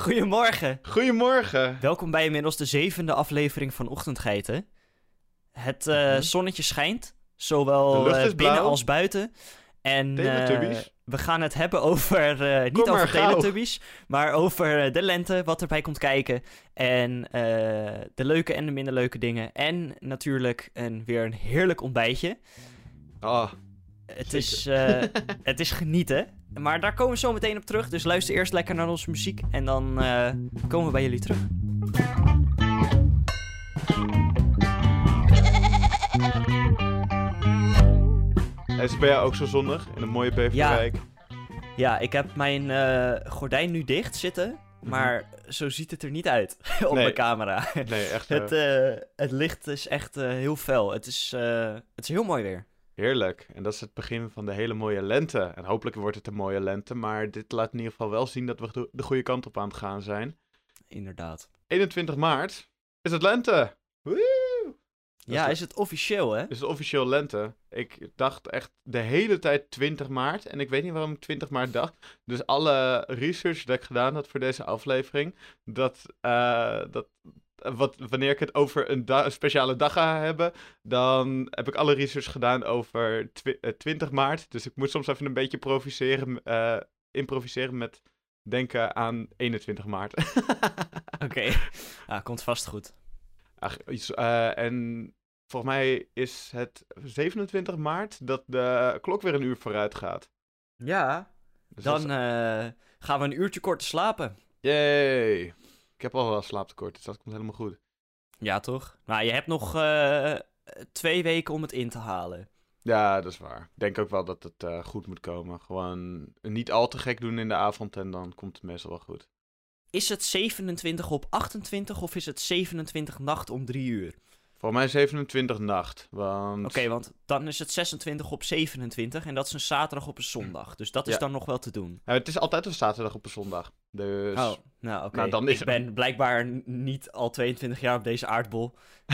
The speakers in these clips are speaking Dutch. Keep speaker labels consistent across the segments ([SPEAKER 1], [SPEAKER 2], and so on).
[SPEAKER 1] Goedemorgen.
[SPEAKER 2] Goedemorgen.
[SPEAKER 1] Welkom bij inmiddels de 7e aflevering van Ochtendgeiten. Het zonnetje schijnt, zowel
[SPEAKER 2] De lucht is
[SPEAKER 1] binnen
[SPEAKER 2] blauw.
[SPEAKER 1] als buiten. En
[SPEAKER 2] Teletubbies.
[SPEAKER 1] we gaan het hebben over, niet
[SPEAKER 2] Kom maar
[SPEAKER 1] over
[SPEAKER 2] gauw.
[SPEAKER 1] Teletubbies, maar over de lente, wat erbij komt kijken. En de leuke en de minder leuke dingen. En natuurlijk weer een heerlijk ontbijtje.
[SPEAKER 2] Oh,
[SPEAKER 1] Het is genieten. Maar daar komen we zo meteen op terug. Dus luister eerst lekker naar onze muziek. En dan komen we bij jullie terug.
[SPEAKER 2] is het bij jou ook zo zonnig in een mooie Beverwijk?
[SPEAKER 1] Ja, ik heb mijn gordijn nu dicht zitten. Maar zo ziet het er niet uit op
[SPEAKER 2] Nee.
[SPEAKER 1] mijn camera.
[SPEAKER 2] Nee, echt
[SPEAKER 1] Het licht is echt heel fel. Het is heel mooi weer.
[SPEAKER 2] heerlijk. En dat is het begin van de hele mooie lente. En hopelijk wordt het een mooie lente. Maar dit laat in ieder geval wel zien dat we de goede kant op aan het gaan zijn.
[SPEAKER 1] Inderdaad.
[SPEAKER 2] 21 maart is het lente. Woe!
[SPEAKER 1] Ja, is het officieel, hè?
[SPEAKER 2] Is het officieel lente. Ik dacht echt de hele tijd 20 maart. En ik weet niet waarom ik 20 maart dacht. Dus alle research dat ik gedaan had voor deze aflevering. Wanneer ik het over een speciale dag ga hebben. Dan heb ik alle research gedaan over 20 maart. Dus ik moet soms even een beetje improviseren met denken aan 21 maart.
[SPEAKER 1] Oké. Komt vast goed.
[SPEAKER 2] En volgens mij is het 27 maart dat de klok weer een uur vooruit gaat.
[SPEAKER 1] Ja,
[SPEAKER 2] Dus
[SPEAKER 1] dan
[SPEAKER 2] dat
[SPEAKER 1] gaan we een uurtje korter slapen.
[SPEAKER 2] Yay! Ik heb al wel slaaptekort, dus dat komt helemaal goed.
[SPEAKER 1] Ja, toch? Nou, je hebt nog 2 weken om het in te halen.
[SPEAKER 2] Ja, dat is waar. Ik denk ook wel dat het goed moet komen. Gewoon niet al te gek doen in de avond en dan komt het meestal wel goed.
[SPEAKER 1] Is het 27 op 28 of is het 27 nacht om 3 uur?
[SPEAKER 2] Volgens mij 27 nacht, want...
[SPEAKER 1] Oké, want dan is het 26 op 27 en dat is een zaterdag op een zondag. Dus dat is
[SPEAKER 2] Ja.
[SPEAKER 1] dan nog wel te doen.
[SPEAKER 2] Ja, het is altijd een zaterdag op een zondag. Dus...
[SPEAKER 1] Oh, nou oké.
[SPEAKER 2] Nou, dan is
[SPEAKER 1] Ik ben blijkbaar niet al 22 jaar op deze aardbol.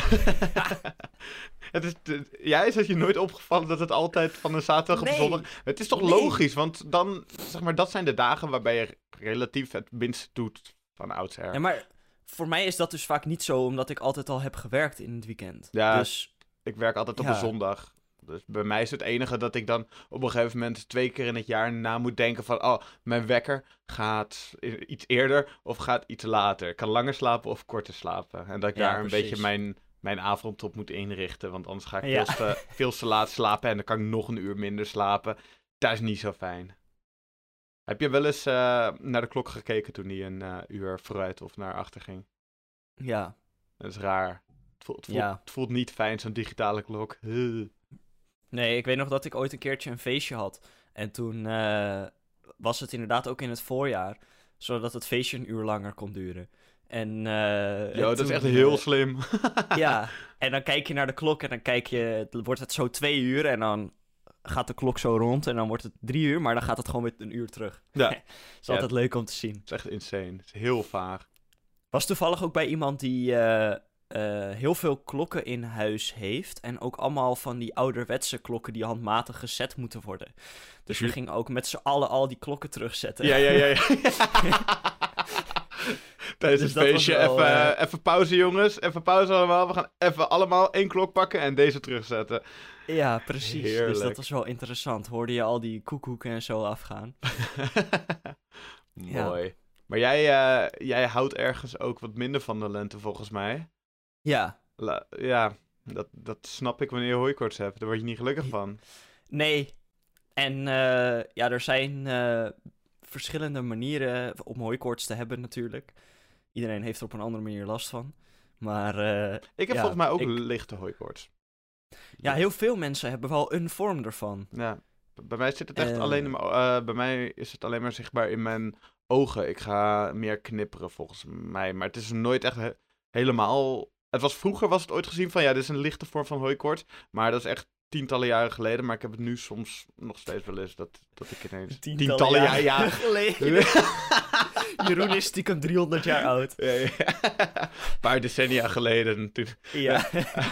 [SPEAKER 2] Is het je nooit opgevallen dat het altijd van een zaterdag op een
[SPEAKER 1] Nee.
[SPEAKER 2] zondag... Het is toch
[SPEAKER 1] Nee.
[SPEAKER 2] logisch, want dan, zeg maar, dat zijn de dagen waarbij je relatief het minst doet van oudsher.
[SPEAKER 1] Ja, maar voor mij is dat dus vaak niet zo, omdat ik altijd al heb gewerkt in het weekend.
[SPEAKER 2] Ja.
[SPEAKER 1] Dus
[SPEAKER 2] Ik werk altijd op
[SPEAKER 1] Ja.
[SPEAKER 2] een zondag. Dus bij mij is het enige dat ik dan op een gegeven moment 2 keer in het jaar na moet denken van... Oh, mijn wekker gaat iets eerder of gaat iets later. Ik kan langer slapen of korter slapen. En dat ik
[SPEAKER 1] Ja,
[SPEAKER 2] daar een
[SPEAKER 1] precies.
[SPEAKER 2] beetje mijn avond op moet inrichten. Want anders ga ik
[SPEAKER 1] Ja.
[SPEAKER 2] veel te laat slapen en dan kan ik nog een uur minder slapen. Dat is niet zo fijn. Heb je wel eens naar de klok gekeken toen die een uur vooruit of naar achter ging?
[SPEAKER 1] ja,
[SPEAKER 2] Dat is raar.
[SPEAKER 1] Ja.
[SPEAKER 2] Het voelt niet fijn, zo'n digitale klok.
[SPEAKER 1] nee, ik weet nog dat ik ooit een keertje een feestje had. En toen was het inderdaad ook in het voorjaar, zodat het feestje een uur langer kon duren. En
[SPEAKER 2] Dat is
[SPEAKER 1] toen,
[SPEAKER 2] echt heel slim.
[SPEAKER 1] ja, en dan kijk je naar de klok en dan wordt het zo 2 uur en dan gaat de klok zo rond en dan wordt het 3 uur, maar dan gaat het gewoon weer een uur terug.
[SPEAKER 2] Ja,
[SPEAKER 1] Het is altijd leuk om te zien.
[SPEAKER 2] het is echt insane. Het is heel vaag.
[SPEAKER 1] Was toevallig ook bij iemand die heel veel klokken in huis heeft. En ook allemaal van die ouderwetse klokken die handmatig gezet moeten worden. Dus we gingen ook met z'n allen al die klokken terugzetten.
[SPEAKER 2] Ja. Tijdens
[SPEAKER 1] Dus
[SPEAKER 2] het
[SPEAKER 1] dat was
[SPEAKER 2] feestje
[SPEAKER 1] wel,
[SPEAKER 2] even pauze, jongens. Even pauze allemaal. We gaan even allemaal 1 klok pakken en deze terugzetten.
[SPEAKER 1] Ja, precies. Dus
[SPEAKER 2] Heerlijk.
[SPEAKER 1] dat was wel interessant. Hoorde je al die koekoeken en zo afgaan.
[SPEAKER 2] Mooi. Maar jij houdt ergens ook wat minder van de lente, volgens mij.
[SPEAKER 1] Ja.
[SPEAKER 2] Ja, dat snap ik wanneer je hooikoorts hebt. Daar word je niet gelukkig van.
[SPEAKER 1] Nee. En er zijn verschillende manieren om hooikoorts te hebben natuurlijk. Iedereen heeft er op een andere manier last van. Maar
[SPEAKER 2] Ik heb
[SPEAKER 1] ja,
[SPEAKER 2] volgens mij ook
[SPEAKER 1] ik-
[SPEAKER 2] lichte hooikoorts.
[SPEAKER 1] ja, heel veel mensen hebben wel een vorm ervan.
[SPEAKER 2] Ja, bij mij zit het echt
[SPEAKER 1] Eh.
[SPEAKER 2] alleen in bij mij is het alleen maar zichtbaar in mijn ogen. Ik ga meer knipperen volgens mij, maar het is nooit echt helemaal... Vroeger was het ooit gezien van, ja, dit is een lichte vorm van hooikoorts, maar dat is echt tientallen jaren geleden, maar ik heb het nu soms nog steeds wel eens dat ik ineens...
[SPEAKER 1] Tientallen jaren
[SPEAKER 2] ja.
[SPEAKER 1] geleden. Jeroen is stiekem 300 jaar oud.
[SPEAKER 2] Ja. Een paar decennia geleden. Toen...
[SPEAKER 1] Ja.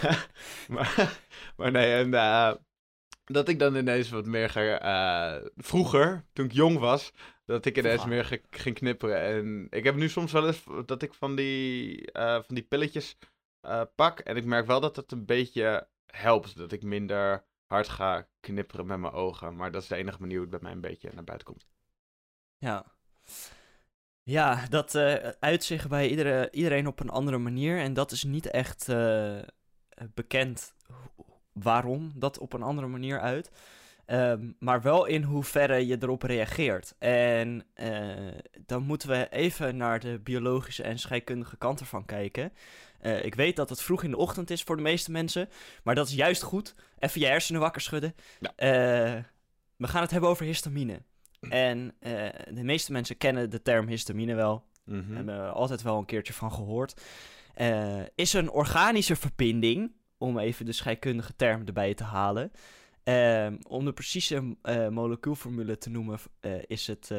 [SPEAKER 2] maar nee, en dat ik dan ineens wat meer ga... vroeger, toen ik jong was, Dat ik ineens meer ging knipperen. En ik heb nu soms wel eens dat ik van die pilletjes pak. En ik merk wel dat het een beetje helpt. Dat ik minder hard ga knipperen met mijn ogen. Maar dat is de enige manier hoe het bij mij een beetje naar buiten komt.
[SPEAKER 1] Ja. Ja, dat uit zich bij iedereen op een andere manier. En dat is niet echt bekend waarom dat op een andere manier uit. Maar wel in hoeverre je erop reageert. En dan moeten we even naar de biologische en scheikundige kant ervan kijken. Ik weet dat het vroeg in de ochtend is voor de meeste mensen. Maar dat is juist goed. Even je hersenen wakker schudden.
[SPEAKER 2] Ja.
[SPEAKER 1] We gaan het hebben over histamine. En de meeste mensen kennen de term histamine wel.
[SPEAKER 2] Mhm.
[SPEAKER 1] Hebben er altijd wel een keertje van gehoord. Is een organische verbinding, om even de scheikundige term erbij te halen. Om de precieze molecuulformule te noemen is het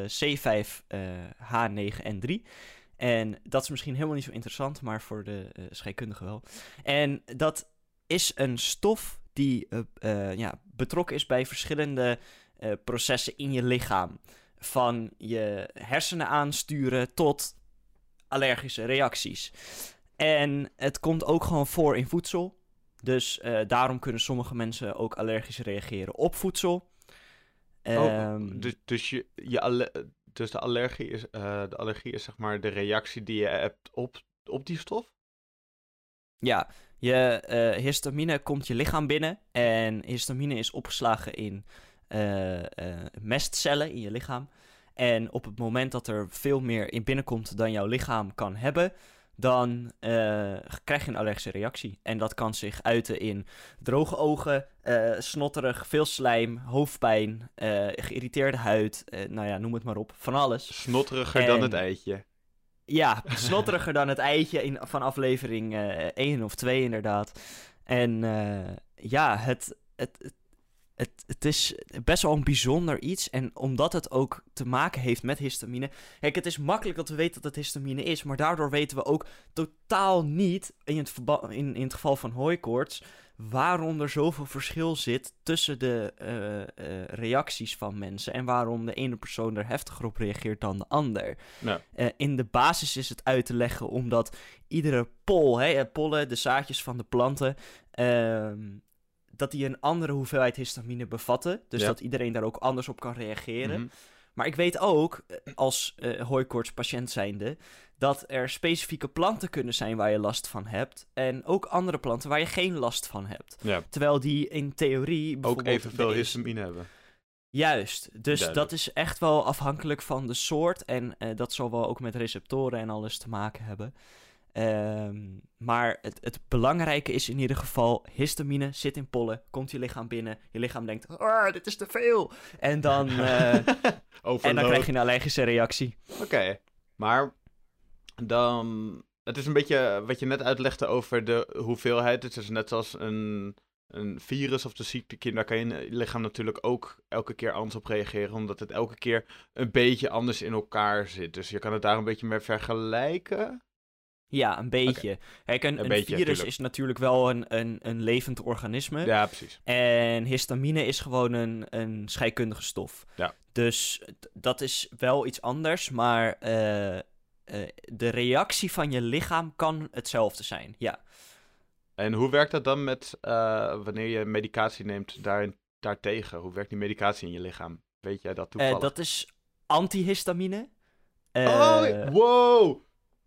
[SPEAKER 1] C5H9N3. En dat is misschien helemaal niet zo interessant, maar voor de scheikundige wel. En dat is een stof die betrokken is bij verschillende processen in je lichaam. Van je hersenen aansturen tot allergische reacties. En het komt ook gewoon voor in voedsel. Dus daarom kunnen sommige mensen ook allergisch reageren op voedsel.
[SPEAKER 2] Dus de allergie is zeg maar de reactie die je hebt op die stof?
[SPEAKER 1] Ja, je histamine komt je lichaam binnen. En histamine is opgeslagen in mestcellen in je lichaam. En op het moment dat er veel meer in binnenkomt dan jouw lichaam kan hebben, dan krijg je een allergische reactie. En dat kan zich uiten in droge ogen, snotterig, veel slijm, hoofdpijn, geïrriteerde huid, noem het maar op, van alles.
[SPEAKER 2] Snotteriger dan het eitje.
[SPEAKER 1] Ja, snotteriger dan het eitje van aflevering 1 of 2 inderdaad. En het is best wel een bijzonder iets. En omdat het ook te maken heeft met histamine. Kijk, het is makkelijk dat we weten dat het histamine is. Maar daardoor weten we ook totaal niet, in het geval van hooikoorts, waarom er zoveel verschil zit tussen de reacties van mensen. En waarom de ene persoon er heftiger op reageert dan de ander.
[SPEAKER 2] Ja.
[SPEAKER 1] In de basis is het uit te leggen omdat iedere pollen, de zaadjes van de planten, dat die een andere hoeveelheid histamine bevatten. Dus dat iedereen daar ook anders op kan reageren. Mm-hmm. Maar ik weet ook, als hooikoortspatiënt zijnde, dat er specifieke planten kunnen zijn waar je last van hebt. En ook andere planten waar je geen last van hebt. Ja. Terwijl die in theorie
[SPEAKER 2] ook evenveel histamine hebben.
[SPEAKER 1] Juist, dus dat is echt wel afhankelijk van de soort. En dat zal wel ook met receptoren en alles te maken hebben. Maar het belangrijke is in ieder geval, histamine zit in pollen, komt je lichaam binnen. Je lichaam denkt, dit is te veel. En dan krijg je een allergische reactie.
[SPEAKER 2] Oké, maar dan, het is een beetje wat je net uitlegde over de hoeveelheid. Het is net zoals een virus of de ziektekiem, daar kan je lichaam natuurlijk ook elke keer anders op reageren, omdat het elke keer een beetje anders in elkaar zit. Dus je kan het daar een beetje mee vergelijken.
[SPEAKER 1] Ja, een beetje. Okay. Kijk, een virus tuurlijk. Is natuurlijk wel een levend organisme.
[SPEAKER 2] Ja, precies.
[SPEAKER 1] En histamine is gewoon een scheikundige stof.
[SPEAKER 2] Ja.
[SPEAKER 1] Dus dat is wel iets anders, maar de reactie van je lichaam kan hetzelfde zijn, ja.
[SPEAKER 2] En hoe werkt dat dan met wanneer je medicatie neemt daartegen? Hoe werkt die medicatie in je lichaam? Weet jij dat toevallig?
[SPEAKER 1] Dat is antihistamine.
[SPEAKER 2] Wow!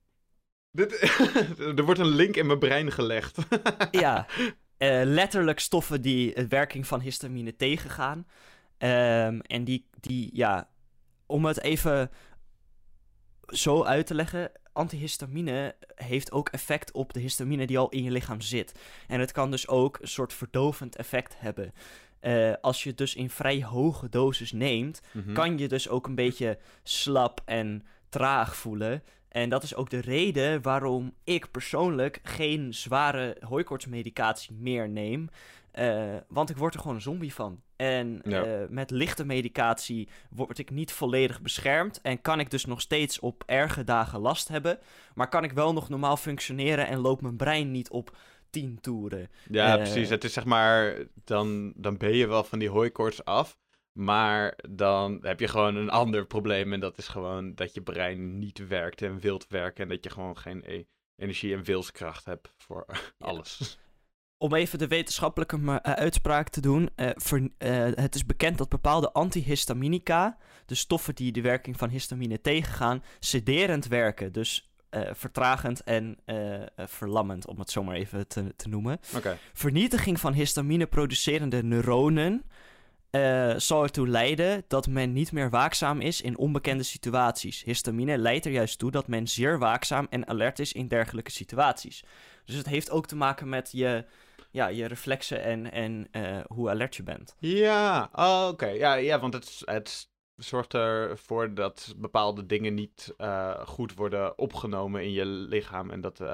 [SPEAKER 2] Er wordt een link in mijn brein gelegd.
[SPEAKER 1] Ja, letterlijk stoffen die de werking van histamine tegengaan. En om het even zo uit te leggen, antihistamine heeft ook effect op de histamine die al in je lichaam zit. En het kan dus ook een soort verdovend effect hebben. Als je het dus in vrij hoge doses neemt, kan je dus ook een beetje slap en traag voelen. En dat is ook de reden waarom ik persoonlijk geen zware hooikoortsmedicatie meer neem. Want ik word er gewoon een zombie van. En met lichte medicatie word ik niet volledig beschermd. En kan ik dus nog steeds op erge dagen last hebben. Maar kan ik wel nog normaal functioneren en loopt mijn brein niet op 10 toeren.
[SPEAKER 2] Ja, precies. Het is zeg maar, dan ben je wel van die hooikoorts af. Maar dan heb je gewoon een ander probleem. En dat is gewoon dat je brein niet werkt en wilt werken. En dat je gewoon geen energie en wilskracht hebt voor alles.
[SPEAKER 1] Om even de wetenschappelijke uitspraak te doen. Het is bekend dat bepaalde antihistaminica, de stoffen die de werking van histamine tegengaan, sederend werken. Dus vertragend en verlammend, om het zo maar even te noemen.
[SPEAKER 2] Okay.
[SPEAKER 1] Vernietiging van histamine-producerende neuronen zal ertoe leiden dat men niet meer waakzaam is in onbekende situaties. Histamine leidt er juist toe dat men zeer waakzaam en alert is in dergelijke situaties. Dus het heeft ook te maken met je reflexen en hoe alert je bent.
[SPEAKER 2] Ja, oké. Ja, want het zorgt ervoor dat bepaalde dingen niet goed worden opgenomen in je lichaam.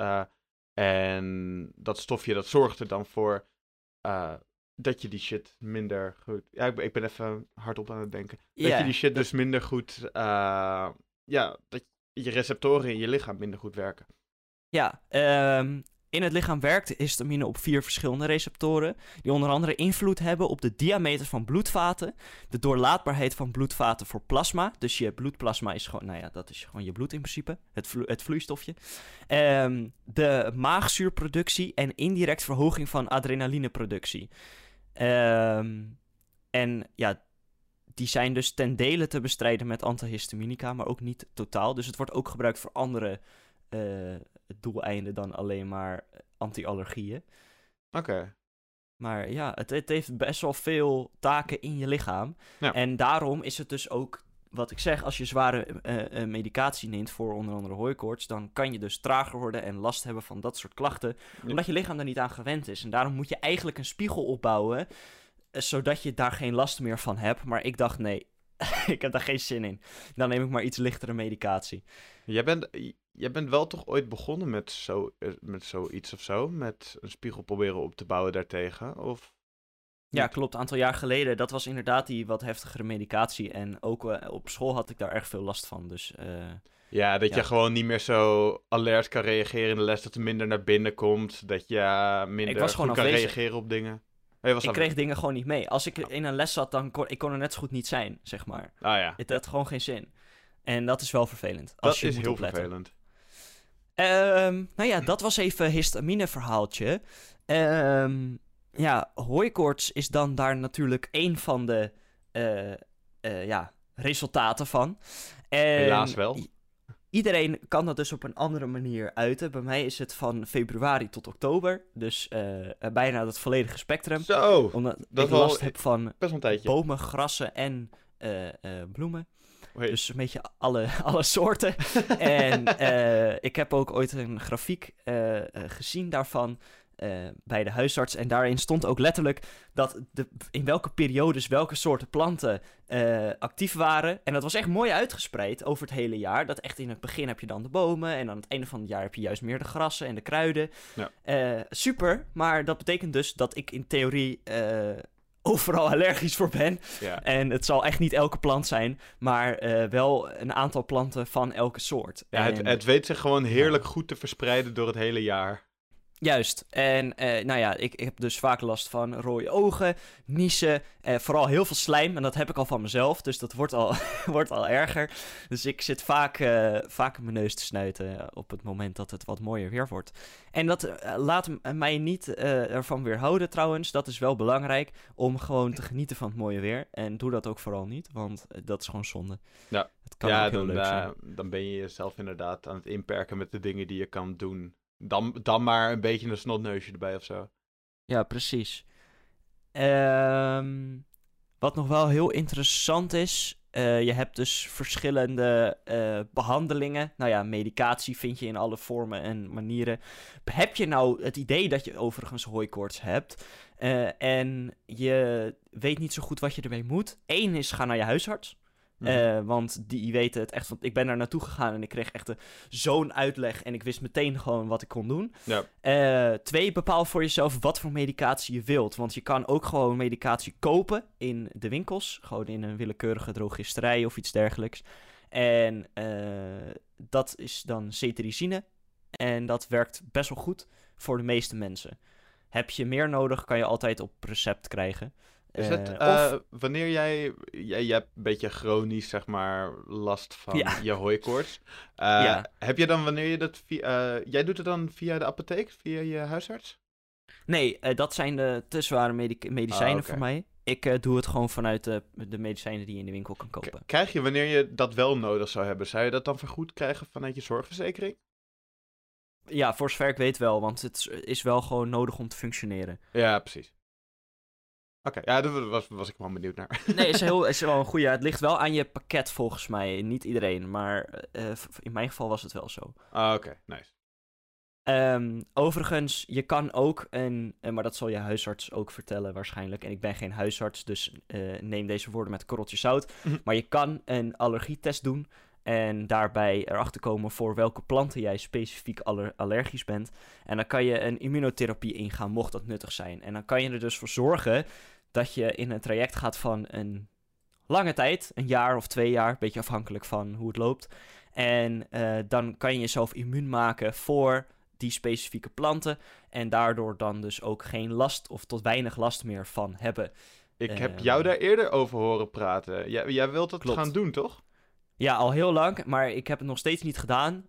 [SPEAKER 2] En dat stofje, dat zorgt er dan voor dat je die shit minder goed... Ja, ik ben even hardop aan het denken. Dat je die shit dus minder goed... dat je receptoren in je lichaam minder goed werken.
[SPEAKER 1] Ja, in het lichaam werkt histamine op 4 verschillende receptoren, die onder andere invloed hebben op de diameter van bloedvaten, de doorlaatbaarheid van bloedvaten voor plasma, dus je bloedplasma is gewoon, dat is gewoon je bloed in principe, het vloeistofje, de maagzuurproductie en indirect verhoging van adrenalineproductie. En ja, die zijn dus ten dele te bestrijden met antihistaminica, maar ook niet totaal, dus het wordt ook gebruikt voor andere doeleinden dan alleen maar anti-allergieën.
[SPEAKER 2] Oké.
[SPEAKER 1] Maar ja, het heeft best wel veel taken in je lichaam. Ja. En daarom is het dus ook, wat ik zeg, als je zware medicatie neemt voor onder andere hooikoorts, dan kan je dus trager worden en last hebben van dat soort klachten, omdat je lichaam er niet aan gewend is. En daarom moet je eigenlijk een spiegel opbouwen, zodat je daar geen last meer van hebt. Maar ik dacht, nee, ik heb daar geen zin in. Dan neem ik maar iets lichtere medicatie.
[SPEAKER 2] Jij bent wel toch ooit begonnen met zoiets of zo? Met een spiegel proberen op te bouwen daartegen? Of...
[SPEAKER 1] Ja, klopt. Een aantal jaar geleden. Dat was inderdaad die wat heftigere medicatie. En ook op school had ik daar erg veel last van. Dus,
[SPEAKER 2] je gewoon niet meer zo alert kan reageren in de les. Dat er minder naar binnen komt. Dat je minder goed kan reageren op dingen.
[SPEAKER 1] Ik kreeg dingen gewoon niet mee. Als ik in een les zat, dan kon ik er net zo goed niet zijn, zeg maar.
[SPEAKER 2] Ah ja.
[SPEAKER 1] Het had gewoon geen zin. En dat is wel vervelend.
[SPEAKER 2] Dat is heel vervelend.
[SPEAKER 1] Dat was even histamine verhaaltje. Hooikoorts is dan daar natuurlijk één van de resultaten van.
[SPEAKER 2] Helaas wel.
[SPEAKER 1] Iedereen kan dat dus op een andere manier uiten. Bij mij is het van februari tot oktober. Dus bijna het volledige spectrum.
[SPEAKER 2] Zo!
[SPEAKER 1] Omdat ik last heb van
[SPEAKER 2] best
[SPEAKER 1] bomen, grassen en bloemen.
[SPEAKER 2] Hey.
[SPEAKER 1] Dus een beetje alle soorten. En ik heb ook ooit een grafiek gezien daarvan bij de huisarts. En daarin stond ook letterlijk dat in welke periodes welke soorten planten actief waren. En dat was echt mooi uitgespreid over het hele jaar. Dat echt in het begin heb je dan de bomen. En aan het einde van het jaar heb je juist meer de grassen en de kruiden. Ja. Super, maar dat betekent dus dat ik in theorie... overal allergisch voor ben.
[SPEAKER 2] Ja.
[SPEAKER 1] En het zal echt niet elke plant zijn, maar wel een aantal planten van elke soort.
[SPEAKER 2] Ja, het weet zich gewoon heerlijk goed te verspreiden door het hele jaar.
[SPEAKER 1] Juist. En ik heb dus vaak last van rode ogen, niezen, vooral heel veel slijm. En dat heb ik al van mezelf, dus dat wordt al erger. Dus ik zit vaak in mijn neus te snuiten op het moment dat het wat mooier weer wordt. En dat laat mij niet ervan weerhouden trouwens. Dat is wel belangrijk om gewoon te genieten van het mooie weer. En doe dat ook vooral niet, want dat is gewoon zonde.
[SPEAKER 2] Ja,
[SPEAKER 1] het kan ook heel leuk zijn.
[SPEAKER 2] Dan ben je jezelf inderdaad aan het inperken met de dingen die je kan doen. Dan maar een beetje een snotneusje erbij of zo.
[SPEAKER 1] Ja, precies. Wat nog wel heel interessant is... je hebt dus verschillende behandelingen. Nou ja, medicatie vind je in alle vormen en manieren. Heb je nou het idee dat je overigens hooikoorts hebt... en je weet niet zo goed wat je ermee moet... Eén is, ga naar je huisarts... Want die weten het echt. Want ik ben daar naartoe gegaan en ik kreeg echt zo'n uitleg. En ik wist meteen gewoon wat ik kon doen.
[SPEAKER 2] Ja.
[SPEAKER 1] 2, bepaal voor jezelf wat voor medicatie je wilt. Want je kan ook gewoon medicatie kopen in de winkels. Gewoon in een willekeurige drogisterij of iets dergelijks. En dat is dan cetirizine. En dat werkt best wel goed voor de meeste mensen. Heb je meer nodig, kan je altijd op recept krijgen.
[SPEAKER 2] Is het wanneer jij hebt een beetje chronisch, zeg maar, last van je hooikoorts. Heb je dan wanneer je dat jij doet het dan via de apotheek, via je huisarts?
[SPEAKER 1] Nee, dat zijn de te zware medicijnen voor mij. Ik doe het gewoon vanuit de medicijnen die je in de winkel kan kopen.
[SPEAKER 2] Krijg je, wanneer je dat wel nodig zou hebben, zou je dat dan vergoed krijgen vanuit je zorgverzekering?
[SPEAKER 1] Ja, voor zover ik weet wel, want het is wel gewoon nodig om te functioneren.
[SPEAKER 2] Ja, precies. Oké, ja, daar was ik wel benieuwd naar.
[SPEAKER 1] Nee, is wel een goede. Het ligt wel aan je pakket volgens mij. Niet iedereen, maar in mijn geval was het wel zo.
[SPEAKER 2] Oké, nice.
[SPEAKER 1] Overigens, je kan ook maar dat zal je huisarts ook vertellen waarschijnlijk. En ik ben geen huisarts, dus neem deze woorden met een korreltje zout. Maar je kan een allergietest doen en daarbij erachter komen voor welke planten jij specifiek allergisch bent. En dan kan je een immunotherapie ingaan, mocht dat nuttig zijn. En dan kan je er dus voor zorgen dat je in een traject gaat van een lange tijd, een jaar of 2 jaar, een beetje afhankelijk van hoe het loopt. En dan kan je jezelf immuun maken voor die specifieke planten en daardoor dan dus ook geen last of tot weinig last meer van hebben.
[SPEAKER 2] Ik heb jou daar eerder over horen praten. Jij wilt dat gaan doen, toch?
[SPEAKER 1] Ja, al heel lang, maar ik heb het nog steeds niet gedaan.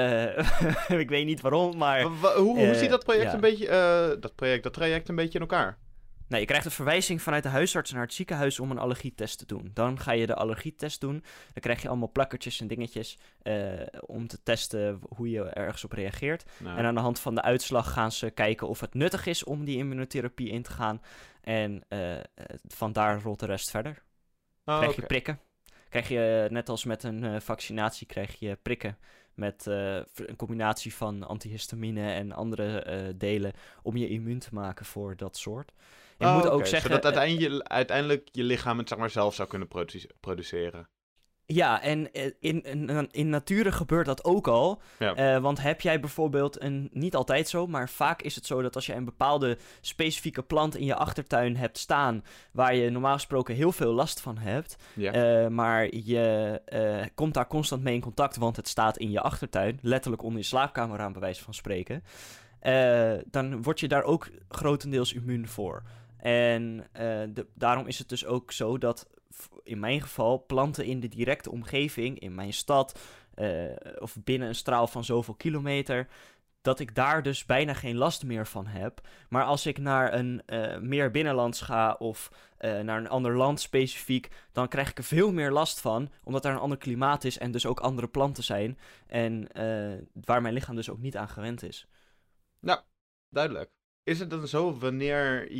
[SPEAKER 1] Ik weet niet waarom, maar...
[SPEAKER 2] Hoe ziet dat project een beetje, dat traject een beetje in elkaar?
[SPEAKER 1] Nou, je krijgt een verwijzing vanuit de huisarts naar het ziekenhuis om een allergietest te doen. Dan ga je de allergietest doen. Dan krijg je allemaal plakkertjes en dingetjes om te testen hoe je ergens op reageert. Nou. En aan de hand van de uitslag gaan ze kijken of het nuttig is om die immunotherapie in te gaan. En vandaar rolt de rest verder. Krijg je prikken. Krijg je, net als met een vaccinatie, krijg je prikken met een combinatie van antihistamine en andere delen om je immuun te maken voor dat soort. Je moet ook zeggen,
[SPEAKER 2] zodat uiteindelijk je lichaam het, zeg maar, zelf zou kunnen produceren.
[SPEAKER 1] Ja, en in nature gebeurt dat ook al.
[SPEAKER 2] Ja.
[SPEAKER 1] Want heb jij bijvoorbeeld niet altijd zo, maar vaak is het zo dat als je een bepaalde specifieke plant in je achtertuin hebt staan, waar je normaal gesproken heel veel last van hebt, maar je komt daar constant mee in contact, want het staat in je achtertuin, letterlijk onder je slaapkamer aan, bij wijze van spreken, dan word je daar ook grotendeels immuun voor. En daarom is het dus ook zo dat in mijn geval planten in de directe omgeving, in mijn stad, of binnen een straal van zoveel kilometer, dat ik daar dus bijna geen last meer van heb. Maar als ik naar een meer binnenlands ga of naar een ander land specifiek, dan krijg ik er veel meer last van, omdat daar een ander klimaat is en dus ook andere planten zijn. En waar mijn lichaam dus ook niet aan gewend is.
[SPEAKER 2] Nou, duidelijk. Is het dan zo wanneer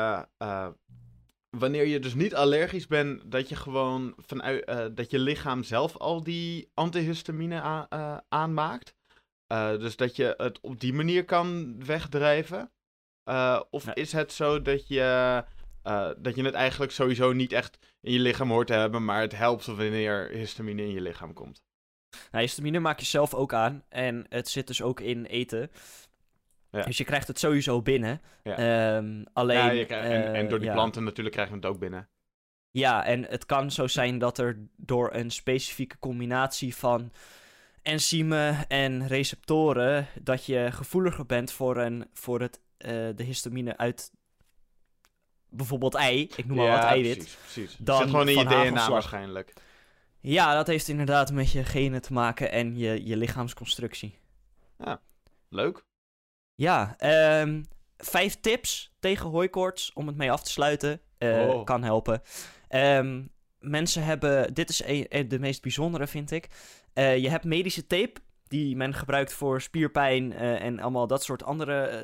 [SPEAKER 2] je dus niet allergisch bent, dat je gewoon dat je lichaam zelf al die antihistamine aanmaakt? Dus dat je het op die manier kan wegdrijven? Of is het zo dat je het eigenlijk sowieso niet echt in je lichaam hoort te hebben, maar het helpt wanneer histamine in je lichaam komt?
[SPEAKER 1] Nou, histamine maak je zelf ook aan en het zit dus ook in eten. Ja. Dus je krijgt het sowieso binnen.
[SPEAKER 2] Ja.
[SPEAKER 1] Alleen,
[SPEAKER 2] en door die planten natuurlijk krijg je het ook binnen.
[SPEAKER 1] Ja, en het kan zo zijn dat er door een specifieke combinatie van enzymen en receptoren, dat je gevoeliger bent voor de histamine uit bijvoorbeeld ei. Ik noem maar wat eiwit.
[SPEAKER 2] Precies. Het zit gewoon in je DNA waarschijnlijk.
[SPEAKER 1] Ja, dat heeft inderdaad met je genen te maken en je lichaamsconstructie.
[SPEAKER 2] Ja, leuk.
[SPEAKER 1] Ja, 5 tips tegen hooikoorts om het mee af te sluiten. Kan helpen. Mensen hebben... Dit is de meest bijzondere, vind ik. Je hebt medische tape, die men gebruikt voor spierpijn en allemaal dat soort andere,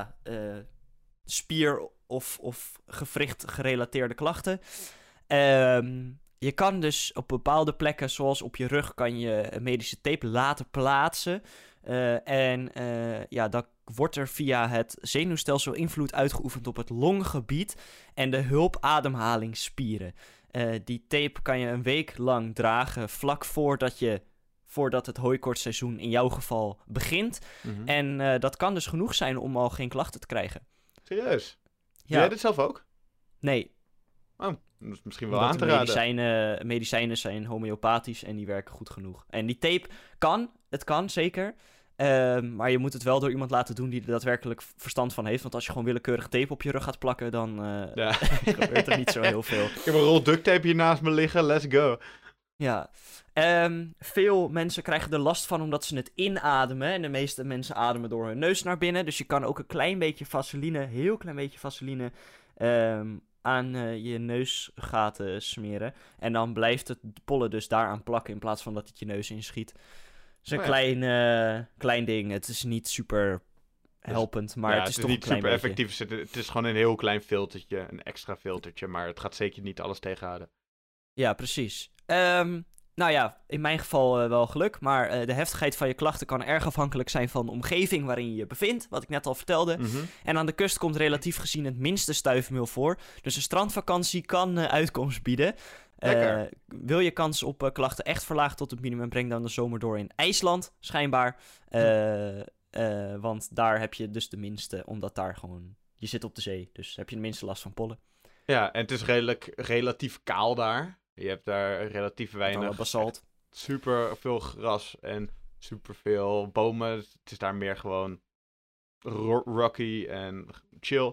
[SPEAKER 1] spier- of gewricht gerelateerde klachten. Je kan dus op bepaalde plekken, zoals op je rug, kan je medische tape laten plaatsen. Dan wordt er via het zenuwstelsel invloed uitgeoefend op het longgebied en de hulpademhalingsspieren. Die tape kan je een week lang dragen, vlak voordat het hooikoortsseizoen in jouw geval begint. Mm-hmm. En dat kan dus genoeg zijn om al geen klachten te krijgen.
[SPEAKER 2] Serieus? Ja. Doe jij dit zelf ook?
[SPEAKER 1] Nee.
[SPEAKER 2] Oh, dat is misschien wel aan te raden.
[SPEAKER 1] Medicijnen zijn homeopathisch en die werken goed genoeg. En die tape het kan zeker. Maar je moet het wel door iemand laten doen die er daadwerkelijk verstand van heeft. Want als je gewoon willekeurig tape op je rug gaat plakken, dan gebeurt er niet zo heel veel.
[SPEAKER 2] Ik heb een rol duct tape hier naast me liggen, let's go.
[SPEAKER 1] Ja. Veel mensen krijgen er last van omdat ze het inademen. En de meeste mensen ademen door hun neus naar binnen. Dus je kan ook een klein beetje vaseline, heel klein beetje vaseline, aan je neusgaten smeren. En dan blijft het pollen dus daaraan plakken in plaats van dat het je neus inschiet. Het is een klein ding. Het is niet super helpend, maar het is toch een klein beetje.
[SPEAKER 2] Het is niet super effectief. Het is gewoon een heel klein filtertje, een extra filtertje. Maar het gaat zeker niet alles tegenhouden.
[SPEAKER 1] Ja, precies. Nou ja, in mijn geval wel geluk. Maar de heftigheid van je klachten kan erg afhankelijk zijn van de omgeving waarin je je bevindt. Wat ik net al vertelde.
[SPEAKER 2] Mm-hmm.
[SPEAKER 1] En aan de kust komt relatief gezien het minste stuifmeel voor. Dus een strandvakantie kan uitkomst bieden. Wil je kans op klachten echt verlagen tot het minimum, breng dan de zomer door in IJsland, schijnbaar. Want daar heb je dus de minste, omdat daar gewoon... Je zit op de zee, dus heb je de minste last van pollen.
[SPEAKER 2] Ja, en het is relatief kaal daar. Je hebt daar relatief weinig...
[SPEAKER 1] basalt.
[SPEAKER 2] Super veel gras en super veel bomen. Het is daar meer gewoon rocky en chill.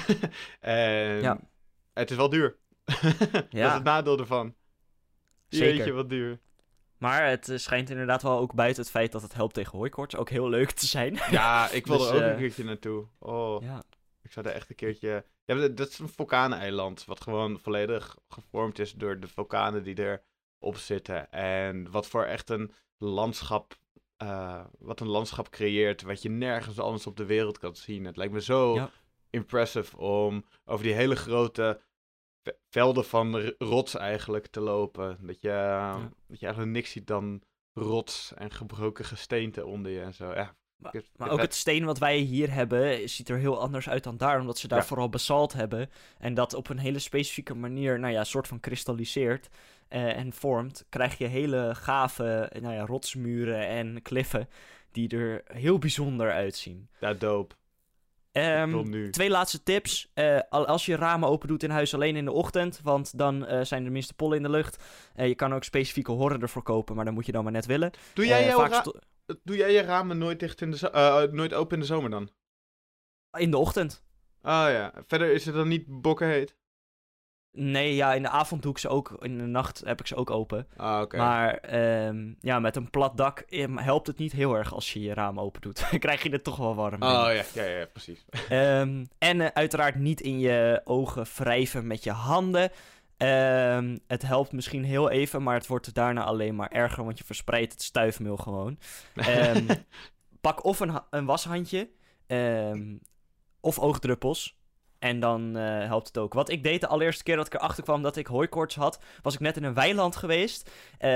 [SPEAKER 2] En het is wel duur. Dat is het nadeel ervan.
[SPEAKER 1] Zeker.
[SPEAKER 2] Jeetje, wat duur.
[SPEAKER 1] Maar het schijnt inderdaad wel ook buiten het feit dat het helpt tegen hooikoorts ook heel leuk te zijn.
[SPEAKER 2] Ja, ik wil er ook een keertje naartoe. Oh,
[SPEAKER 1] ja.
[SPEAKER 2] Ik zou er echt een keertje... Ja, dat is een vulkaaneiland wat gewoon volledig gevormd is door de vulkanen die erop zitten. En wat voor echt een landschap... wat een landschap creëert wat je nergens anders op de wereld kan zien. Het lijkt me zo impressive om over die hele grote velden van rots eigenlijk te lopen. Dat je eigenlijk niks ziet dan rots en gebroken gesteente onder je en zo. Ja.
[SPEAKER 1] Maar ook het steen wat wij hier hebben ziet er heel anders uit dan daar, omdat ze daar vooral basalt hebben. En dat op een hele specifieke manier, soort van kristalliseert en vormt, krijg je hele gave rotsmuren en kliffen die er heel bijzonder uitzien.
[SPEAKER 2] Ja, dope.
[SPEAKER 1] 2 laatste tips. Als je ramen open doet in huis, alleen in de ochtend, want dan zijn er minste pollen in de lucht. Je kan ook specifieke horren ervoor kopen, maar dan moet je dan maar net willen.
[SPEAKER 2] Doe jij je ramen nooit, nooit open in de zomer dan?
[SPEAKER 1] In de ochtend.
[SPEAKER 2] Ah ja. Verder is het dan niet bokkenheet?
[SPEAKER 1] Nee, in de avond doe ik ze ook. In de nacht heb ik ze ook open.
[SPEAKER 2] Ah, oké.
[SPEAKER 1] Maar met een plat dak helpt het niet heel erg als je je raam open doet. Dan krijg je het toch wel warm.
[SPEAKER 2] Oh ja, precies.
[SPEAKER 1] En uiteraard niet in je ogen wrijven met je handen. Het helpt misschien heel even, maar het wordt daarna alleen maar erger, want je verspreidt het stuifmeel gewoon. Pak of een washandje, of oogdruppels. En dan helpt het ook. Wat ik deed de allereerste keer dat ik erachter kwam dat ik hooikoorts had, was ik net in een weiland geweest.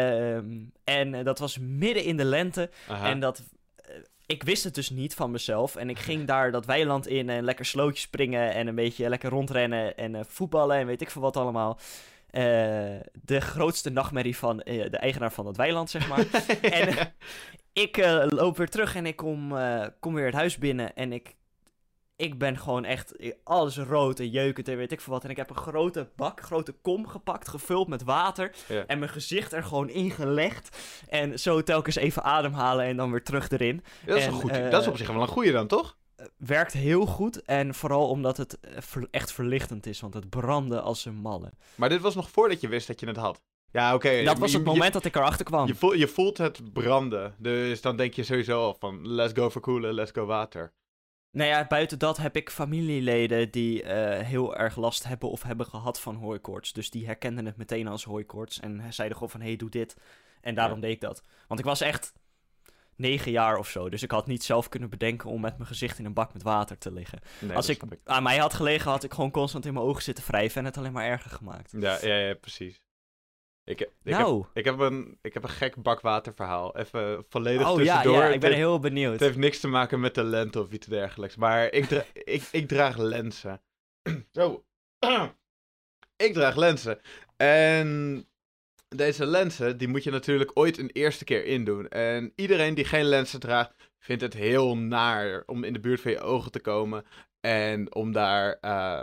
[SPEAKER 1] En dat was midden in de lente.
[SPEAKER 2] Aha.
[SPEAKER 1] En ik wist het dus niet van mezelf. En ik ging daar dat weiland in en lekker slootjes springen en een beetje lekker rondrennen en voetballen en weet ik veel wat allemaal. De grootste nachtmerrie van de eigenaar van dat weiland, zeg maar. En ik loop weer terug en ik kom weer het huis binnen en ik ben gewoon echt alles rood en jeukend en weet ik veel wat. En ik heb een grote kom gepakt, gevuld met water.
[SPEAKER 2] Ja.
[SPEAKER 1] En mijn gezicht er gewoon in gelegd. En zo telkens even ademhalen en dan weer terug erin.
[SPEAKER 2] Dat is, dat is op zich wel een goeie dan, toch?
[SPEAKER 1] Werkt heel goed. En vooral omdat het echt verlichtend is. Want het brandde als een malle.
[SPEAKER 2] Maar dit was nog voordat je wist dat je het had. Ja, oké.
[SPEAKER 1] Dat was het moment dat ik erachter kwam.
[SPEAKER 2] Je voelt het branden. Dus dan denk je sowieso al van, let's go verkoelen, let's go water.
[SPEAKER 1] Nou ja, buiten dat heb ik familieleden die heel erg last hebben of hebben gehad van hooikoorts. Dus die herkenden het meteen als hooikoorts. En zeiden gewoon van, hey, doe dit. En daarom deed ik dat. Want ik was echt 9 jaar of zo. Dus ik had niet zelf kunnen bedenken om met mijn gezicht in een bak met water te liggen. Nee, als ik aan mij had gelegen, had ik gewoon constant in mijn ogen zitten wrijven en het alleen maar erger gemaakt.
[SPEAKER 2] Ja, precies. Ik heb een gek bakwaterverhaal. Even volledig tussendoor.
[SPEAKER 1] Ja, ik ben heel benieuwd.
[SPEAKER 2] Het heeft niks te maken met de lente of iets dergelijks. Maar ik draag lenzen. Zo. Ik draag lenzen. En deze lenzen, die moet je natuurlijk ooit een eerste keer indoen. En iedereen die geen lenzen draagt, vindt het heel naar om in de buurt van je ogen te komen. En om daar...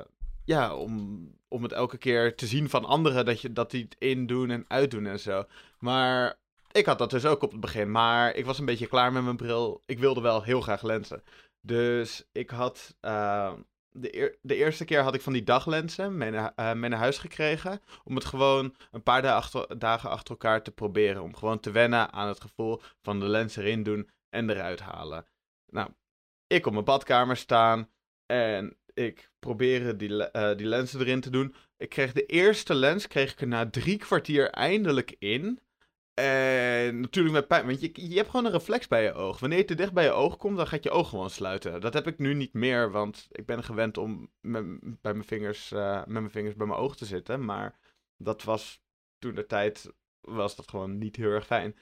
[SPEAKER 2] om het elke keer te zien van anderen dat die het indoen en uitdoen en zo. Maar ik had dat dus ook op het begin, maar ik was een beetje klaar met mijn bril. Ik wilde wel heel graag lenzen. Dus ik had... de eerste keer had ik van die daglenzen mee naar huis gekregen. Om het gewoon een paar dagen achter elkaar te proberen. Om gewoon te wennen aan het gevoel van de lens erin doen en eruit halen. Nou, ik op mijn badkamer staan en ik probeerde die lenzen erin te doen. Ik kreeg de eerste lens er na 3 kwartier eindelijk in. En natuurlijk met pijn, want je hebt gewoon een reflex bij je oog. Wanneer je te dicht bij je oog komt, dan gaat je oog gewoon sluiten. Dat heb ik nu niet meer, want ik ben gewend om met mijn vingers bij mijn oog te zitten. Maar dat was toen de tijd, was dat gewoon niet heel erg fijn.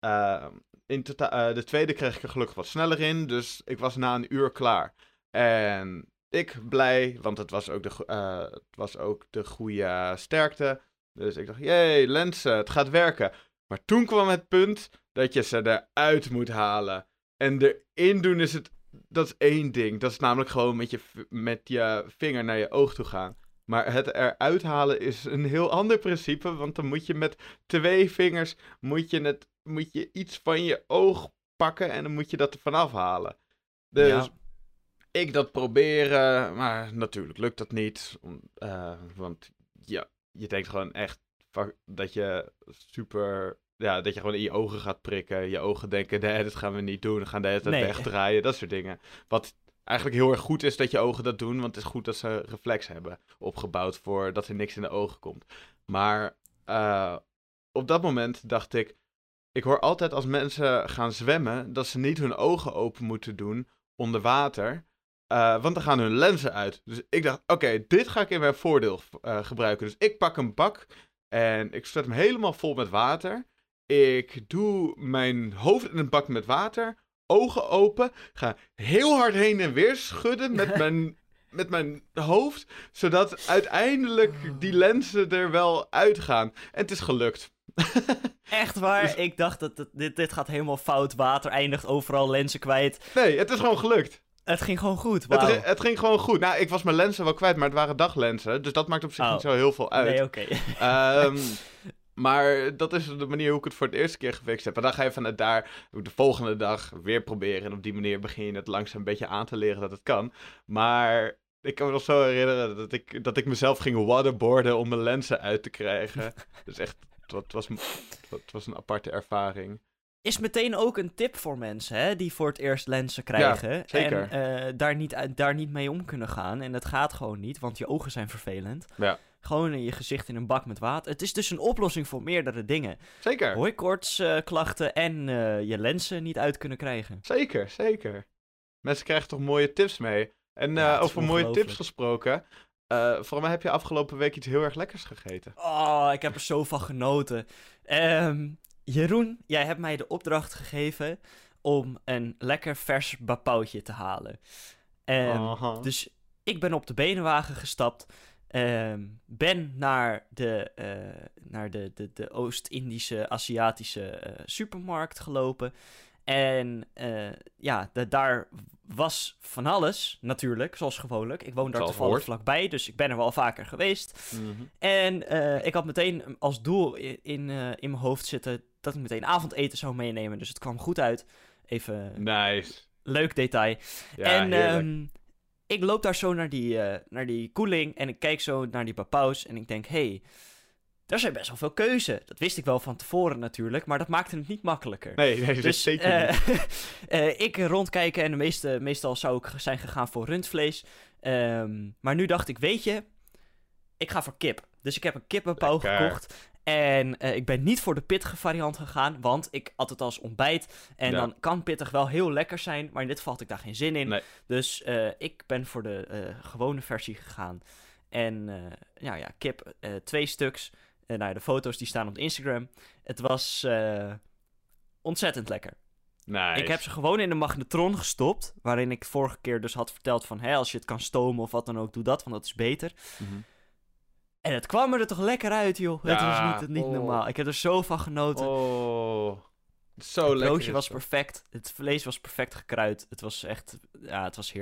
[SPEAKER 2] De tweede kreeg ik er gelukkig wat sneller in, dus ik was na een uur klaar. En ik blij, want het was ook de goede sterkte. Dus ik dacht, jee, lenzen, het gaat werken. Maar toen kwam het punt dat je ze eruit moet halen. En erin doen dat is één ding. Dat is namelijk gewoon met je vinger naar je oog toe gaan. Maar het eruit halen is een heel ander principe. Want dan moet je met 2 vingers moet je iets van je oog pakken. En dan moet je dat er vanaf halen. Dus ik dat proberen. Maar natuurlijk lukt dat niet. Want ja, je denkt gewoon echt dat je dat je gewoon in je ogen gaat prikken. Je ogen denken, nee, dat gaan we niet doen. We gaan de hele tijd wegdraaien. Dat soort dingen. Wat eigenlijk heel erg goed is dat je ogen dat doen. Want het is goed dat ze reflex hebben opgebouwd voor dat er niks in de ogen komt. Maar op dat moment dacht ik hoor altijd als mensen gaan zwemmen dat ze niet hun ogen open moeten doen onder water. Want dan gaan hun lenzen uit. Dus ik dacht, oké, dit ga ik in mijn voordeel gebruiken. Dus ik pak een bak en ik zet hem helemaal vol met water. Ik doe mijn hoofd in een bak met water, ogen open, ga heel hard heen en weer schudden met mijn hoofd, zodat uiteindelijk die lenzen er wel uitgaan. En het is gelukt.
[SPEAKER 1] Echt waar? Dus ik dacht dat dit gaat helemaal fout. Water eindigt overal, lenzen kwijt.
[SPEAKER 2] Nee, het is gewoon gelukt.
[SPEAKER 1] Het ging gewoon goed, wauw.
[SPEAKER 2] Het ging gewoon goed. Nou, ik was mijn lenzen wel kwijt, maar het waren daglenzen. Dus dat maakt op zich niet zo heel veel uit.
[SPEAKER 1] Nee, oké.
[SPEAKER 2] Maar dat is de manier hoe ik het voor de eerste keer gefixt heb. En dan ga je vanuit daar de volgende dag weer proberen. En op die manier begin je het langzaam een beetje aan te leren dat het kan. Maar ik kan me nog zo herinneren dat ik mezelf ging waterboarden om mijn lenzen uit te krijgen. Dus echt, het was een aparte ervaring.
[SPEAKER 1] Is meteen ook een tip voor mensen, hè, die voor het eerst lenzen krijgen.
[SPEAKER 2] Ja, zeker.
[SPEAKER 1] En daar niet mee om kunnen gaan. En dat gaat gewoon niet, want je ogen zijn vervelend.
[SPEAKER 2] Ja.
[SPEAKER 1] Gewoon in je gezicht in een bak met water. Het is dus een oplossing voor meerdere dingen.
[SPEAKER 2] Zeker.
[SPEAKER 1] Hooikoortsklachten en je lenzen niet uit kunnen krijgen.
[SPEAKER 2] Zeker, zeker. Mensen krijgen toch mooie tips mee. En over mooie tips gesproken. Volgens mij heb je afgelopen week iets heel erg lekkers gegeten.
[SPEAKER 1] Oh, ik heb er zo van genoten. Jeroen, jij hebt mij de opdracht gegeven om een lekker vers bapautje te halen. Dus ik ben op de benenwagen gestapt. Ben naar de Oost-Indische, Aziatische supermarkt gelopen. En daar was van alles, natuurlijk, zoals gewoonlijk. Ik woon daar toevallig vlakbij, dus ik ben er wel vaker geweest. Mm-hmm. En ik had meteen als doel in mijn hoofd zitten dat ik meteen avondeten zou meenemen. Dus het kwam goed uit. Even
[SPEAKER 2] nice.
[SPEAKER 1] Leuk detail.
[SPEAKER 2] Ja,
[SPEAKER 1] en ik loop daar zo naar die koeling en ik kijk zo naar die papaus en ik denk, hey, daar zijn best wel veel keuze. Dat wist ik wel van tevoren natuurlijk, maar dat maakte het niet makkelijker.
[SPEAKER 2] Nee, dus, zeker niet.
[SPEAKER 1] Ik rondkijken en meestal zou ik zijn gegaan voor rundvlees. Maar nu dacht ik, weet je, ik ga voor kip. Dus ik heb een kippenpauw gekocht. En ik ben niet voor de pittige variant gegaan, want ik had het als ontbijt. En dan kan pittig wel heel lekker zijn, maar in dit geval had ik daar geen zin in. Nee. Dus ik ben voor de gewone versie gegaan. En kip, 2 stuks. De foto's die staan op Instagram. Het was ontzettend lekker.
[SPEAKER 2] Nice.
[SPEAKER 1] Ik heb ze gewoon in de magnetron gestopt, waarin ik vorige keer dus had verteld van, als je het kan stomen of wat dan ook, doe dat, want dat is beter. Mm-hmm. En het kwam er toch lekker uit, joh. Ja, het was niet normaal. Ik heb er zo van genoten.
[SPEAKER 2] Oh, zo lekker.
[SPEAKER 1] Het broodje was perfect. Het vlees was perfect gekruid. Het was echt, het was heerlijk.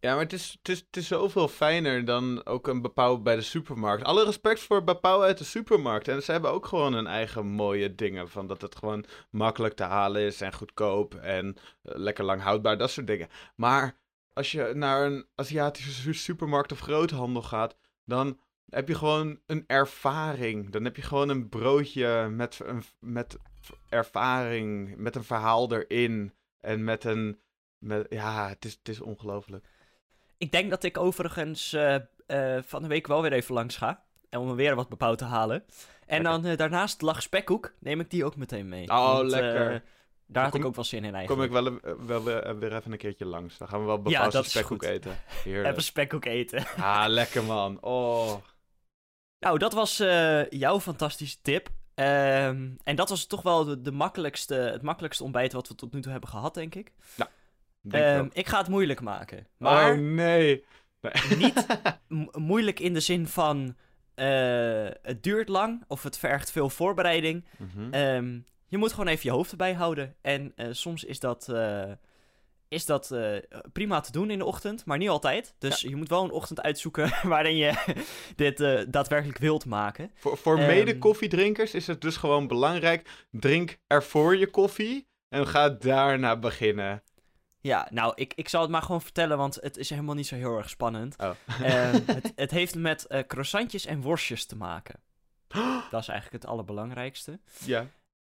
[SPEAKER 2] Ja, maar het is zoveel fijner dan ook een Bapauw bij de supermarkt. Alle respect voor Bapauw uit de supermarkt. En ze hebben ook gewoon hun eigen mooie dingen. Van dat het gewoon makkelijk te halen is en goedkoop en lekker lang houdbaar, dat soort dingen. Maar als je naar een Aziatische supermarkt of groothandel gaat, dan heb je gewoon een ervaring. Dan heb je gewoon een broodje met ervaring, met een verhaal erin. En ja, het is ongelooflijk.
[SPEAKER 1] Ik denk dat ik overigens van de week wel weer even langs ga. En om weer wat Bapauw te halen. En
[SPEAKER 2] Lekker.
[SPEAKER 1] dan daarnaast lag spekkoek. Neem ik die ook meteen mee.
[SPEAKER 2] Oh,
[SPEAKER 1] Want,
[SPEAKER 2] lekker.
[SPEAKER 1] daar had
[SPEAKER 2] Kom-
[SPEAKER 1] ik ook wel zin in
[SPEAKER 2] Kom
[SPEAKER 1] eigenlijk.
[SPEAKER 2] ik wel weer even een keertje langs. Dan gaan we wel
[SPEAKER 1] Ja,
[SPEAKER 2] Bapauwse
[SPEAKER 1] dat is
[SPEAKER 2] spekkoek
[SPEAKER 1] goed.
[SPEAKER 2] eten. Heerlijk.
[SPEAKER 1] Even spekkoek eten.
[SPEAKER 2] Ah, lekker man. Oh.
[SPEAKER 1] Nou, dat was jouw fantastische tip. En dat was toch wel het makkelijkste ontbijt wat we tot nu toe hebben gehad, denk ik.
[SPEAKER 2] Denk wel.
[SPEAKER 1] Ik ga het moeilijk maken. Maar
[SPEAKER 2] Oh nee.
[SPEAKER 1] niet moeilijk in de zin van het duurt lang of het vergt veel voorbereiding.
[SPEAKER 2] Mhm.
[SPEAKER 1] Je moet gewoon even je hoofd erbij houden. En soms is dat prima te doen in de ochtend, maar niet altijd. Dus je moet wel een ochtend uitzoeken waarin je dit daadwerkelijk wilt maken.
[SPEAKER 2] Voor mede-koffiedrinkers is het dus gewoon belangrijk. Drink ervoor je koffie en ga daarna beginnen.
[SPEAKER 1] Ja, nou, ik zal het maar gewoon vertellen, want het is helemaal niet zo heel erg spannend.
[SPEAKER 2] Oh.
[SPEAKER 1] Het heeft met croissantjes en worstjes te maken. Dat is eigenlijk het allerbelangrijkste.
[SPEAKER 2] Ja.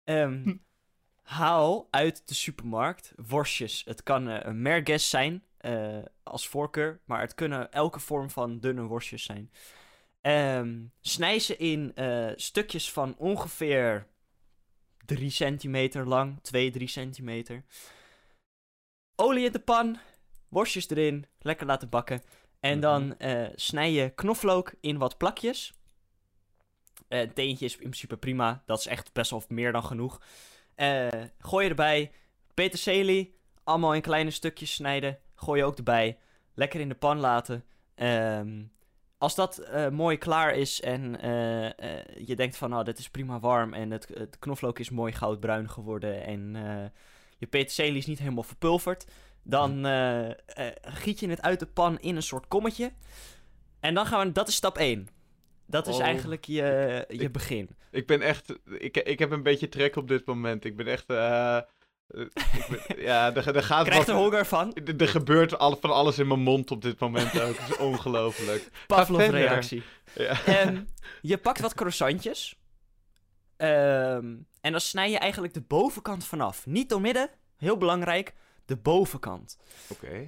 [SPEAKER 1] Haal uit de supermarkt worstjes. Het kan een merguez zijn als voorkeur, maar het kunnen elke vorm van dunne worstjes zijn. Snij ze in stukjes van ongeveer 3 centimeter lang, 2-3 centimeter. Olie in de pan, worstjes erin, lekker laten bakken. En dan snij je knoflook in wat plakjes. Een teentje is in principe prima, dat is echt best wel meer dan genoeg. Gooi je erbij, peterselie, allemaal in kleine stukjes snijden. Gooi je ook erbij, lekker in de pan laten. Als dat mooi klaar is en je denkt van, dit is prima warm en het knoflook is mooi goudbruin geworden en je peterselie is niet helemaal verpulverd, dan giet je het uit de pan in een soort kommetje. En dan dat is stap 1. Dat is eigenlijk je begin.
[SPEAKER 2] Ik ben echt... Ik heb een beetje trek op dit moment. Ik ben echt... ja, er gaat
[SPEAKER 1] Krijgt er
[SPEAKER 2] wat...
[SPEAKER 1] honger van?
[SPEAKER 2] Er gebeurt van alles in mijn mond op dit moment ook. Het is ongelooflijk.
[SPEAKER 1] Pavlov-reactie.
[SPEAKER 2] Ja.
[SPEAKER 1] Je pakt wat croissantjes. En dan snij je eigenlijk de bovenkant vanaf. Niet door midden, heel belangrijk. De bovenkant.
[SPEAKER 2] Oké.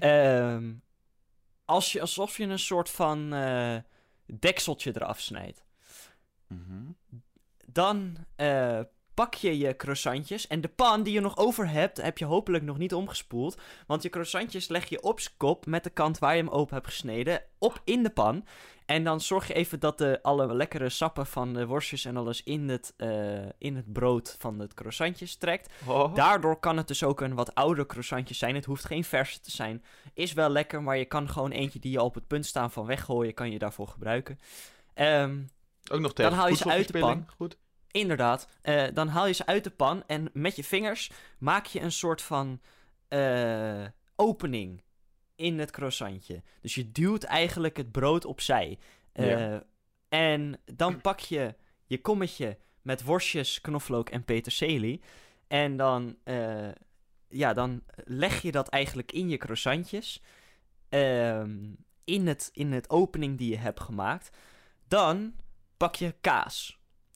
[SPEAKER 1] Alsof je een soort van dekseltje eraf snijdt.
[SPEAKER 2] Mhm.
[SPEAKER 1] Dan pak je je croissantjes. En de pan die je nog over hebt, heb je hopelijk nog niet omgespoeld. Want je croissantjes leg je op z'n kop met de kant waar je hem open hebt gesneden op in de pan. En dan zorg je even dat alle lekkere sappen van de worstjes en alles in het brood van het croissantjes trekt.
[SPEAKER 2] Oh.
[SPEAKER 1] Daardoor kan het dus ook een wat ouder croissantje zijn. Het hoeft geen verse te zijn. Is wel lekker, maar je kan gewoon eentje die je al op het punt staan van weggooien, kan je daarvoor gebruiken.
[SPEAKER 2] Ook nog tegen
[SPEAKER 1] dan haal je ze uit de pan.
[SPEAKER 2] Goed.
[SPEAKER 1] Inderdaad. Dan haal je ze uit de pan en met je vingers maak je een soort van opening in het croissantje. Dus je duwt eigenlijk het brood opzij.
[SPEAKER 2] Ja.
[SPEAKER 1] En dan pak je je kommetje met worstjes, knoflook en peterselie. En dan leg je dat eigenlijk in je croissantjes. In het opening die je hebt gemaakt. Dan pak je kaas.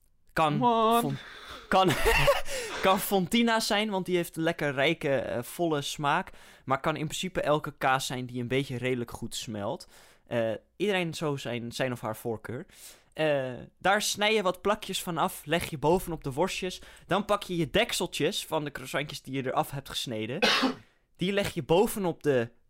[SPEAKER 1] Kan Fontina zijn, want die heeft een lekker rijke, volle smaak. Maar kan in principe elke kaas zijn die een beetje redelijk goed smelt. Iedereen zo zijn of haar voorkeur. Daar snij je wat plakjes van af, leg je bovenop de worstjes. Dan pak je je dekseltjes van de croissantjes die je eraf hebt gesneden. Die leg je bovenop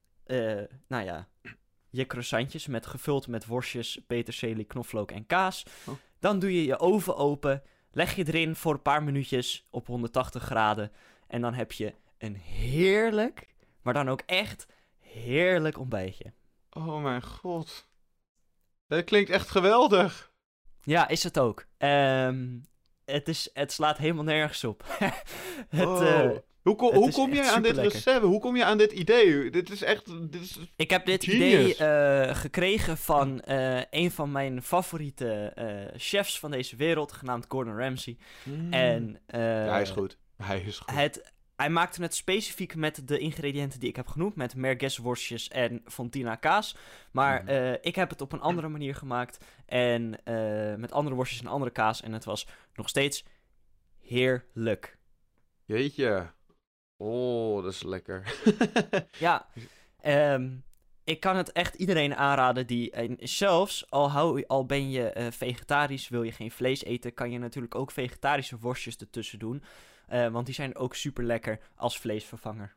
[SPEAKER 1] je croissantjes gevuld met worstjes, peterselie, knoflook en kaas.
[SPEAKER 2] Oh.
[SPEAKER 1] Dan doe je je oven open, leg je erin voor een paar minuutjes op 180 graden. En dan heb je een heerlijk, maar dan ook echt heerlijk ontbijtje.
[SPEAKER 2] Oh mijn god. Dat klinkt echt geweldig.
[SPEAKER 1] Ja, is het ook. Het slaat helemaal nergens op.
[SPEAKER 2] Hoe kom jij aan dit
[SPEAKER 1] superlekker.
[SPEAKER 2] recept? Hoe kom je aan dit idee? Dit is echt...
[SPEAKER 1] Ik heb dit
[SPEAKER 2] Genius.
[SPEAKER 1] idee gekregen van een van mijn favoriete chefs van deze wereld, genaamd Gordon Ramsay. En
[SPEAKER 2] Ja, hij is goed. Hij is goed.
[SPEAKER 1] hij maakte het specifiek met de ingrediënten die ik heb genoemd, met merguezworstjes en fontina kaas. Maar ik heb het op een andere manier gemaakt en met andere worstjes en andere kaas. En het was nog steeds heerlijk.
[SPEAKER 2] Jeetje. Oh, dat is lekker.
[SPEAKER 1] Ja, ik kan het echt iedereen aanraden die... en zelfs al ben je vegetarisch, wil je geen vlees eten, kan je natuurlijk ook vegetarische worstjes ertussen doen. Want die zijn ook super lekker als vleesvervanger.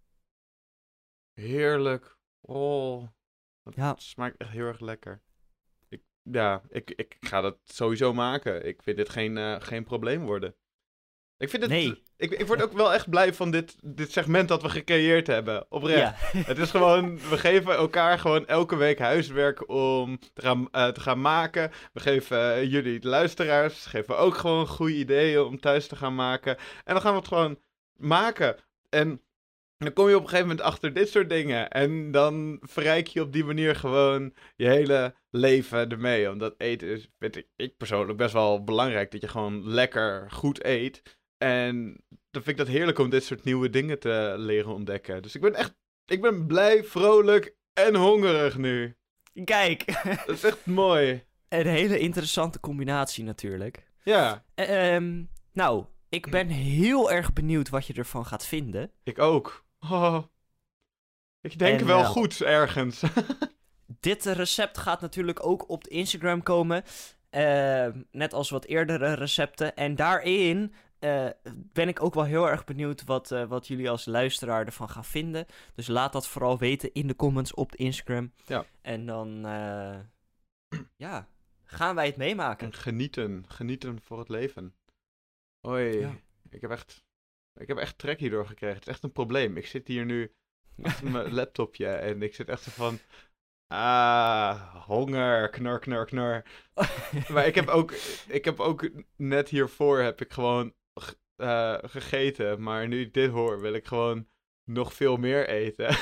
[SPEAKER 2] Heerlijk. Oh, dat
[SPEAKER 1] Ja.
[SPEAKER 2] smaakt echt heel erg lekker. Ik ga dat sowieso maken. Ik vind dit geen probleem worden. Ik vind het...
[SPEAKER 1] Nee.
[SPEAKER 2] Ik word ook wel echt blij van dit segment dat we gecreëerd hebben. Oprecht.
[SPEAKER 1] Ja.
[SPEAKER 2] Het is gewoon... We geven elkaar gewoon elke week huiswerk om te gaan maken. We geven jullie, de luisteraars, geven ook gewoon goede ideeën om thuis te gaan maken. En dan gaan we het gewoon maken. En dan kom je op een gegeven moment achter dit soort dingen. En dan verrijk je op die manier gewoon je hele leven ermee. Omdat eten is, vind ik persoonlijk best wel belangrijk. Dat je gewoon lekker goed eet. En dan vind ik dat heerlijk om dit soort nieuwe dingen te leren ontdekken. Dus ik ben blij, vrolijk en hongerig nu.
[SPEAKER 1] Kijk,
[SPEAKER 2] Dat is echt mooi.
[SPEAKER 1] een hele interessante combinatie natuurlijk.
[SPEAKER 2] Ja,
[SPEAKER 1] Nou, ik ben heel erg benieuwd wat je ervan gaat vinden.
[SPEAKER 2] ik ook. Oh. Ik denk
[SPEAKER 1] En,
[SPEAKER 2] wel goed ergens.
[SPEAKER 1] Dit recept gaat natuurlijk ook op de Instagram komen. Net als wat eerdere recepten. En daarin ben ik ook wel heel erg benieuwd wat jullie als luisteraar ervan gaan vinden. Dus laat dat vooral weten in de comments op de Instagram.
[SPEAKER 2] Ja.
[SPEAKER 1] En dan gaan wij het meemaken.
[SPEAKER 2] En genieten voor het leven. Oei,
[SPEAKER 1] Ja.
[SPEAKER 2] ik heb echt trek hierdoor gekregen. Het is echt een probleem. Ik zit hier nu achter mijn laptopje en ik zit echt zo van... honger, knor, knor, knor. Maar ik heb ook net hiervoor heb ik gewoon gegeten. Maar nu ik dit hoor, wil ik gewoon nog veel meer eten.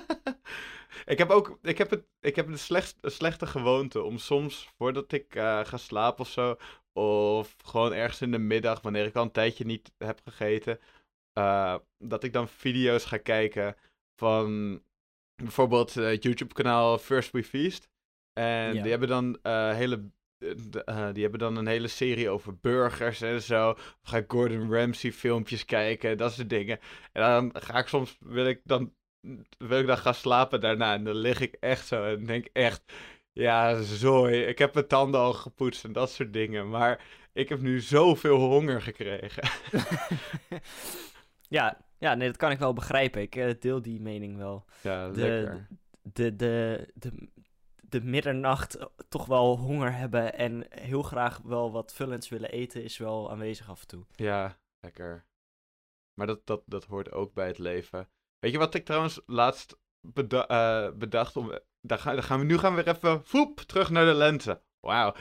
[SPEAKER 2] Ik heb een slechte gewoonte om soms, voordat ik ga slapen of zo, of gewoon ergens in de middag, wanneer ik al een tijdje niet heb gegeten, dat ik dan video's ga kijken van bijvoorbeeld het YouTube-kanaal First We Feast. En
[SPEAKER 1] Ja.
[SPEAKER 2] die hebben dan die hebben dan een hele serie over burgers en zo. Of ga ik Gordon Ramsay filmpjes kijken, dat soort dingen. En dan ga ik soms, wil ik dan gaan slapen daarna. En dan lig ik echt zo en denk echt, ja, zooi. Ik heb mijn tanden al gepoetst en dat soort dingen. Maar ik heb nu zoveel honger gekregen.
[SPEAKER 1] Ja, nee, dat kan ik wel begrijpen. Ik deel die mening wel.
[SPEAKER 2] Ja, lekker.
[SPEAKER 1] De middernacht toch wel honger hebben en heel graag wel wat vullends willen eten is wel aanwezig af en toe.
[SPEAKER 2] Ja, lekker. Maar dat hoort ook bij het leven. Weet je wat ik trouwens laatst bedacht? Nu gaan we weer even terug naar de lente. Wauw.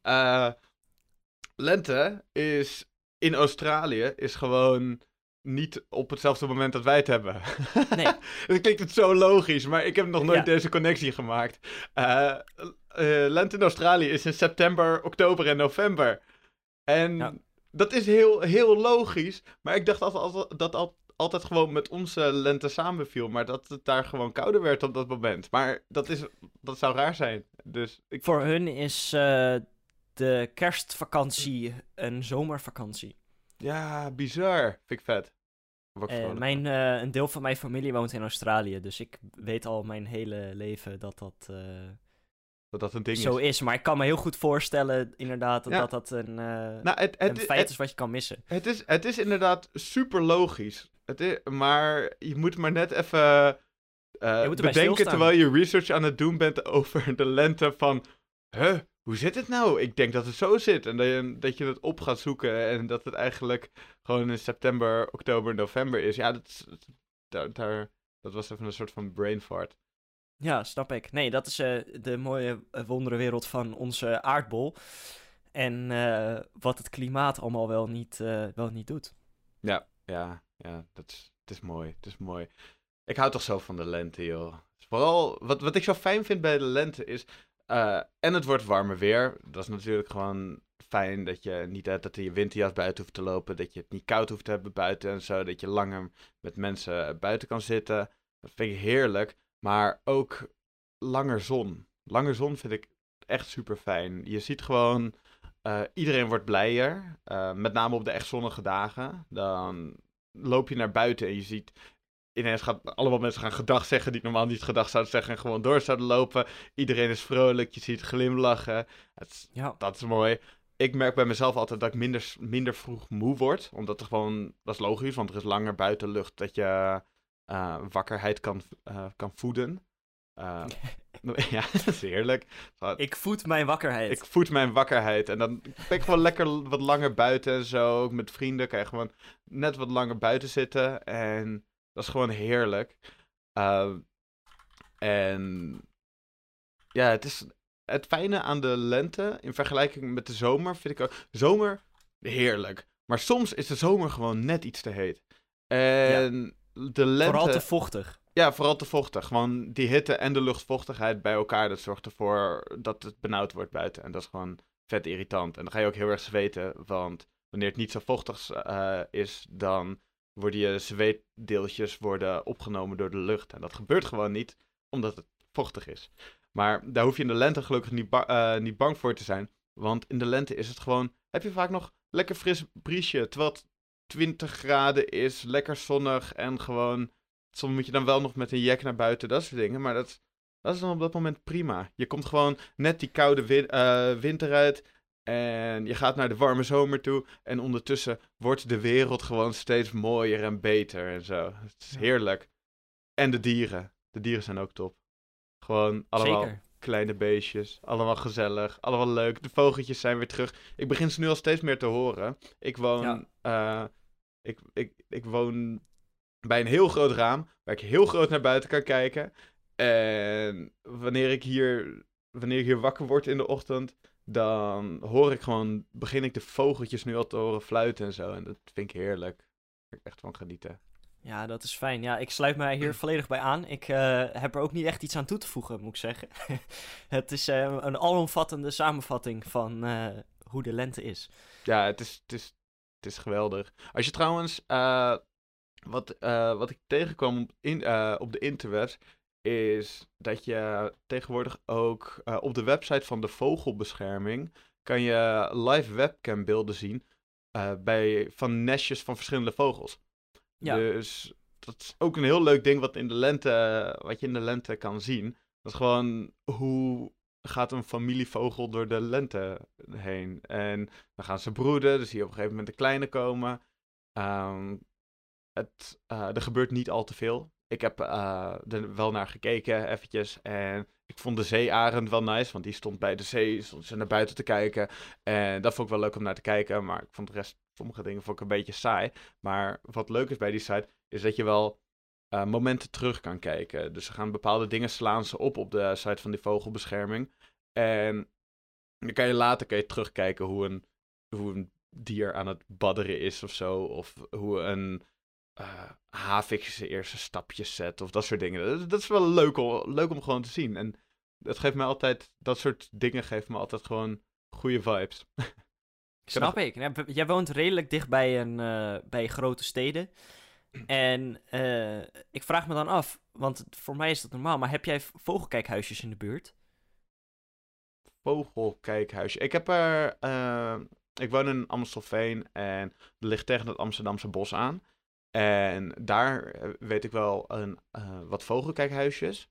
[SPEAKER 2] Lente is in Australië is gewoon niet op hetzelfde moment dat wij het hebben.
[SPEAKER 1] Nee.
[SPEAKER 2] Dat klinkt het zo logisch, maar ik heb nog nooit
[SPEAKER 1] Ja.
[SPEAKER 2] deze connectie gemaakt. Lente in Australië is in september, oktober en november. En
[SPEAKER 1] Ja.
[SPEAKER 2] dat is heel, heel logisch. Maar ik dacht altijd gewoon met onze lente samenviel. Maar dat het daar gewoon kouder werd op dat moment. Maar dat zou raar zijn. Dus
[SPEAKER 1] Voor hun is de kerstvakantie een zomervakantie.
[SPEAKER 2] Ja, bizar. Vind ik vet.
[SPEAKER 1] Een deel van mijn familie woont in Australië, dus ik weet al mijn hele leven dat
[SPEAKER 2] dat een ding
[SPEAKER 1] zo is. Maar ik kan me heel goed voorstellen, inderdaad, dat een feit is wat je kan missen.
[SPEAKER 2] Het is inderdaad super logisch. Maar je moet maar net even bedenken terwijl je research aan het doen bent over de lente van... Hoe zit het nou? Ik denk dat het zo zit. En dat je het op gaat zoeken en dat het eigenlijk gewoon in september, oktober, november is. Ja, dat was even een soort van brain fart.
[SPEAKER 1] Ja, snap ik. Nee, dat is de mooie wonderenwereld van onze aardbol. En wat het klimaat allemaal wel niet doet.
[SPEAKER 2] Ja, dat Het is mooi, het is mooi. Ik hou toch zo van de lente, joh. Vooral, wat ik zo fijn vind bij de lente is... en het wordt warmer weer. Dat is natuurlijk gewoon fijn dat je niet dat je winterjas buiten hoeft te lopen. Dat je het niet koud hoeft te hebben buiten en zo. Dat je langer met mensen buiten kan zitten. Dat vind ik heerlijk. Maar ook langer zon. Langer zon vind ik echt super fijn. Je ziet gewoon... iedereen wordt blijer. Met name op de echt zonnige dagen. Dan loop je naar buiten en je ziet... Ineens gaan allemaal mensen gaan gedag zeggen die normaal niet gedag zouden zeggen en gewoon door zouden lopen. Iedereen is vrolijk, je ziet glimlachen. Dat is mooi. Ik merk bij mezelf altijd dat ik minder vroeg moe word. Omdat er gewoon, dat is logisch, want er is langer buitenlucht dat je wakkerheid kan voeden. Ja, dat is heerlijk.
[SPEAKER 1] Ik voed mijn wakkerheid.
[SPEAKER 2] Ik voed mijn wakkerheid. En dan ben ik gewoon lekker wat langer buiten en zo. Ook met vrienden kan je gewoon net wat langer buiten zitten. En dat is gewoon heerlijk. En ja, het is het fijne aan de lente in vergelijking met de zomer vind ik ook... Zomer, heerlijk. Maar soms is de zomer gewoon net iets te heet. En de lente...
[SPEAKER 1] Vooral te vochtig.
[SPEAKER 2] Ja, vooral te vochtig. Gewoon die hitte en de luchtvochtigheid bij elkaar, dat zorgt ervoor dat het benauwd wordt buiten. En dat is gewoon vet irritant. En dan ga je ook heel erg zweten, want wanneer het niet zo vochtig is, dan worden je zweetdeeltjes opgenomen door de lucht. En dat gebeurt gewoon niet, omdat het vochtig is. Maar daar hoef je in de lente gelukkig niet bang voor te zijn. Want in de lente is het gewoon, heb je vaak nog lekker fris briesje, terwijl het 20 graden is, lekker zonnig en gewoon... Soms moet je dan wel nog met een jack naar buiten, dat soort dingen. Maar dat is dan op dat moment prima. Je komt gewoon net die koude winter uit. En je gaat naar de warme zomer toe. En ondertussen wordt de wereld gewoon steeds mooier en beter en zo. Het is heerlijk. En de dieren. De dieren zijn ook top. Gewoon allemaal
[SPEAKER 1] Zeker.
[SPEAKER 2] kleine beestjes. Allemaal gezellig. Allemaal leuk. De vogeltjes zijn weer terug. Ik begin ze nu al steeds meer te horen. Ik woon... Ik woon... bij een heel groot raam, waar ik heel groot naar buiten kan kijken. En wanneer ik hier wakker word in de ochtend, dan begin ik de vogeltjes nu al te horen fluiten en zo. En dat vind ik heerlijk. Daar kan ik echt van genieten.
[SPEAKER 1] Ja, dat is fijn. Ja, ik sluit mij hier volledig bij aan. Ik heb er ook niet echt iets aan toe te voegen, moet ik zeggen. Het is een alomvattende samenvatting van hoe de lente is.
[SPEAKER 2] Ja, het is geweldig. Als je trouwens... Wat ik tegenkwam op de interwebs, is dat je tegenwoordig ook op de website van de Vogelbescherming kan je live webcambeelden zien van nestjes van verschillende vogels.
[SPEAKER 1] Ja.
[SPEAKER 2] Dus dat is ook een heel leuk ding wat je in de lente kan zien. Dat is gewoon hoe gaat een familievogel door de lente heen. En dan gaan ze broeden, dus zie je op een gegeven moment de kleine komen. Er gebeurt niet al te veel. Ik heb er wel naar gekeken eventjes. En ik vond de zeearend wel nice. Want die stond bij de zee. Stond ze naar buiten te kijken. En dat vond ik wel leuk om naar te kijken. Maar ik vond de rest, sommige dingen vond ik een beetje saai. Maar wat leuk is bij die site, is dat je wel momenten terug kan kijken. Dus ze gaan bepaalde dingen slaan ze op de site van die Vogelbescherming. En dan kan je later terugkijken hoe een dier aan het badderen is of zo. Of hoe een... havik zijn eerste stapjes zet of dat soort dingen. Dat is wel leuk om gewoon te zien. En dat soort dingen geeft me altijd gewoon goede vibes.
[SPEAKER 1] Snap ik. Jij woont redelijk dicht bij grote steden. En ik vraag me dan af, want voor mij is dat normaal, maar heb jij vogelkijkhuisjes in de buurt?
[SPEAKER 2] Vogelkijkhuisje. Ik woon in Amstelveen en er ligt tegen het Amsterdamse bos aan. En daar weet ik wel wat vogelkijkhuisjes.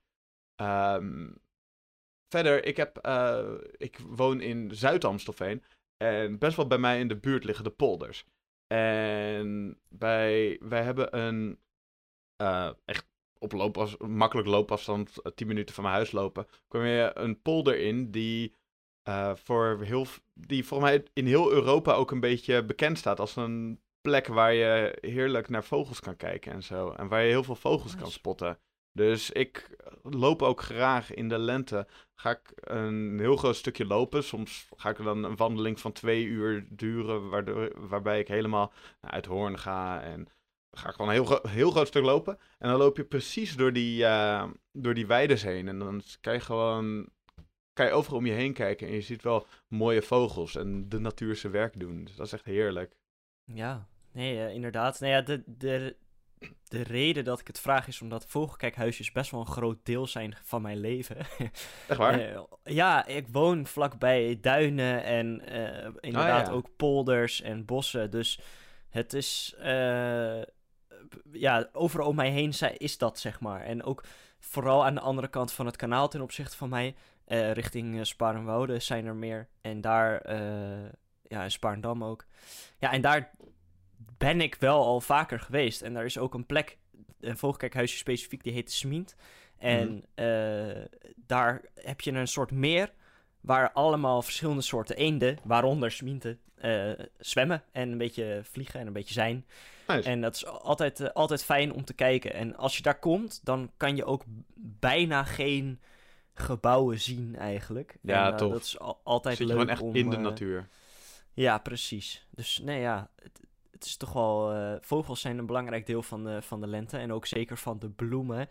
[SPEAKER 2] Verder, ik woon in Zuid-Amstelveen. En best wel bij mij in de buurt liggen de polders. En wij hebben een echt makkelijk loopafstand, 10 minuten van mijn huis lopen, kwam je een polder in die volgens mij in heel Europa ook een beetje bekend staat als een plek waar je heerlijk naar vogels kan kijken en zo. En waar je heel veel vogels kan spotten. Dus ik loop ook graag in de lente. Ga ik een heel groot stukje lopen. Soms ga ik dan een wandeling van 2 uur duren, waarbij ik helemaal naar Uithoorn ga en ga ik gewoon een heel groot stuk lopen. En dan loop je precies door die weides heen. En dan kan je overal om je heen kijken. En je ziet wel mooie vogels en de natuur zijn werk doen. Dus dat is echt heerlijk.
[SPEAKER 1] Ja, nee, inderdaad. Nou ja, de reden dat ik het vraag is omdat vogelkijkhuisjes best wel een groot deel zijn van mijn leven.
[SPEAKER 2] Echt waar?
[SPEAKER 1] Ja, ik woon vlakbij duinen en inderdaad
[SPEAKER 2] ja.
[SPEAKER 1] ook polders en bossen. Dus het is, ja, overal om mij heen is dat, zeg maar. En ook vooral aan de andere kant van het kanaal ten opzichte van mij, richting Sparenwoude zijn er meer. En daar, ja, in Spaarndam ook. Ja, en daar ben ik wel al vaker geweest. En daar is ook een plek, een vogelkijkhuisje specifiek, die heet Smient. En daar heb je een soort meer waar allemaal verschillende soorten eenden, waaronder Smienten, zwemmen en een beetje vliegen en een beetje zijn.
[SPEAKER 2] Nice.
[SPEAKER 1] En dat is altijd fijn om te kijken. En als je daar komt, dan kan je ook bijna geen gebouwen zien eigenlijk.
[SPEAKER 2] Ja,
[SPEAKER 1] en,
[SPEAKER 2] tof.
[SPEAKER 1] Dat is altijd
[SPEAKER 2] Zit je
[SPEAKER 1] leuk
[SPEAKER 2] gewoon echt
[SPEAKER 1] om,
[SPEAKER 2] in de natuur.
[SPEAKER 1] Ja, precies. Dus nee, ja, het is toch wel... vogels zijn een belangrijk deel van de lente en ook zeker van de bloemen.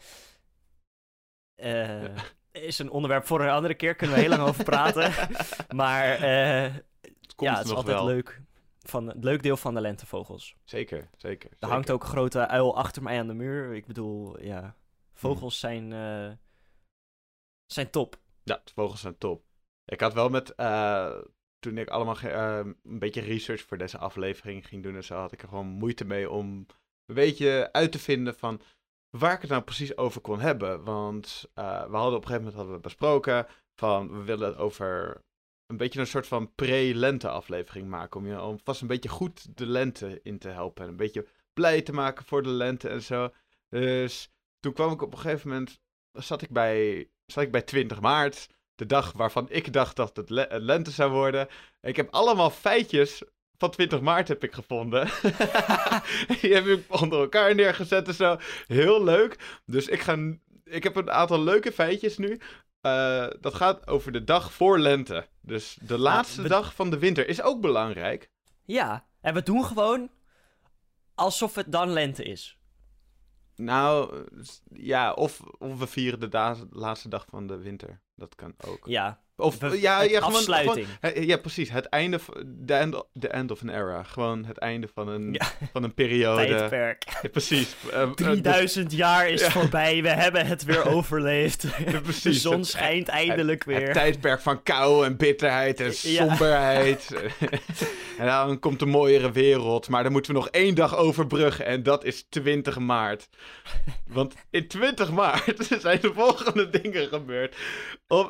[SPEAKER 1] Is een onderwerp voor een andere keer, kunnen we heel lang over praten. Maar het is altijd
[SPEAKER 2] wel.
[SPEAKER 1] leuk. Een leuk deel van de lentevogels.
[SPEAKER 2] Zeker.
[SPEAKER 1] Er hangt ook een grote uil achter mij aan de muur. Ik bedoel, ja, vogels zijn top.
[SPEAKER 2] Ja, de vogels zijn top. Ik had wel toen ik allemaal een beetje research voor deze aflevering ging doen en zo, had ik er gewoon moeite mee om een beetje uit te vinden van waar ik het nou precies over kon hebben. Want we hadden op een gegeven moment besproken van we willen het over een beetje een soort van pre-lente aflevering maken. Om vast een beetje goed de lente in te helpen. En een beetje blij te maken voor de lente en zo. Dus toen kwam ik op een gegeven moment, zat ik bij 20 maart. De dag waarvan ik dacht dat het lente zou worden. Ik heb allemaal feitjes van 20 maart heb ik gevonden. Die heb ik onder elkaar neergezet en zo. Heel leuk. Dus ik heb een aantal leuke feitjes nu. Dat gaat over de dag voor lente. Dus de laatste dag van de winter is ook belangrijk.
[SPEAKER 1] Ja, en we doen gewoon alsof het dan lente is.
[SPEAKER 2] Nou, ja, of we vieren de laatste dag van de winter. Dat kan ook.
[SPEAKER 1] Ja,
[SPEAKER 2] Of
[SPEAKER 1] afsluiting.
[SPEAKER 2] Ja, precies. Het einde the end of an era. Gewoon het einde van een periode.
[SPEAKER 1] Tijdperk.
[SPEAKER 2] Ja, precies.
[SPEAKER 1] 3000 jaar is voorbij. We hebben het weer overleefd.
[SPEAKER 2] Precies.
[SPEAKER 1] De zon schijnt eindelijk weer.
[SPEAKER 2] Het tijdperk van kou en bitterheid en somberheid. En dan komt een mooiere wereld. Maar dan moeten we nog 1 dag overbruggen. En dat is 20 maart. Want in 20 maart zijn de volgende dingen gebeurd. Op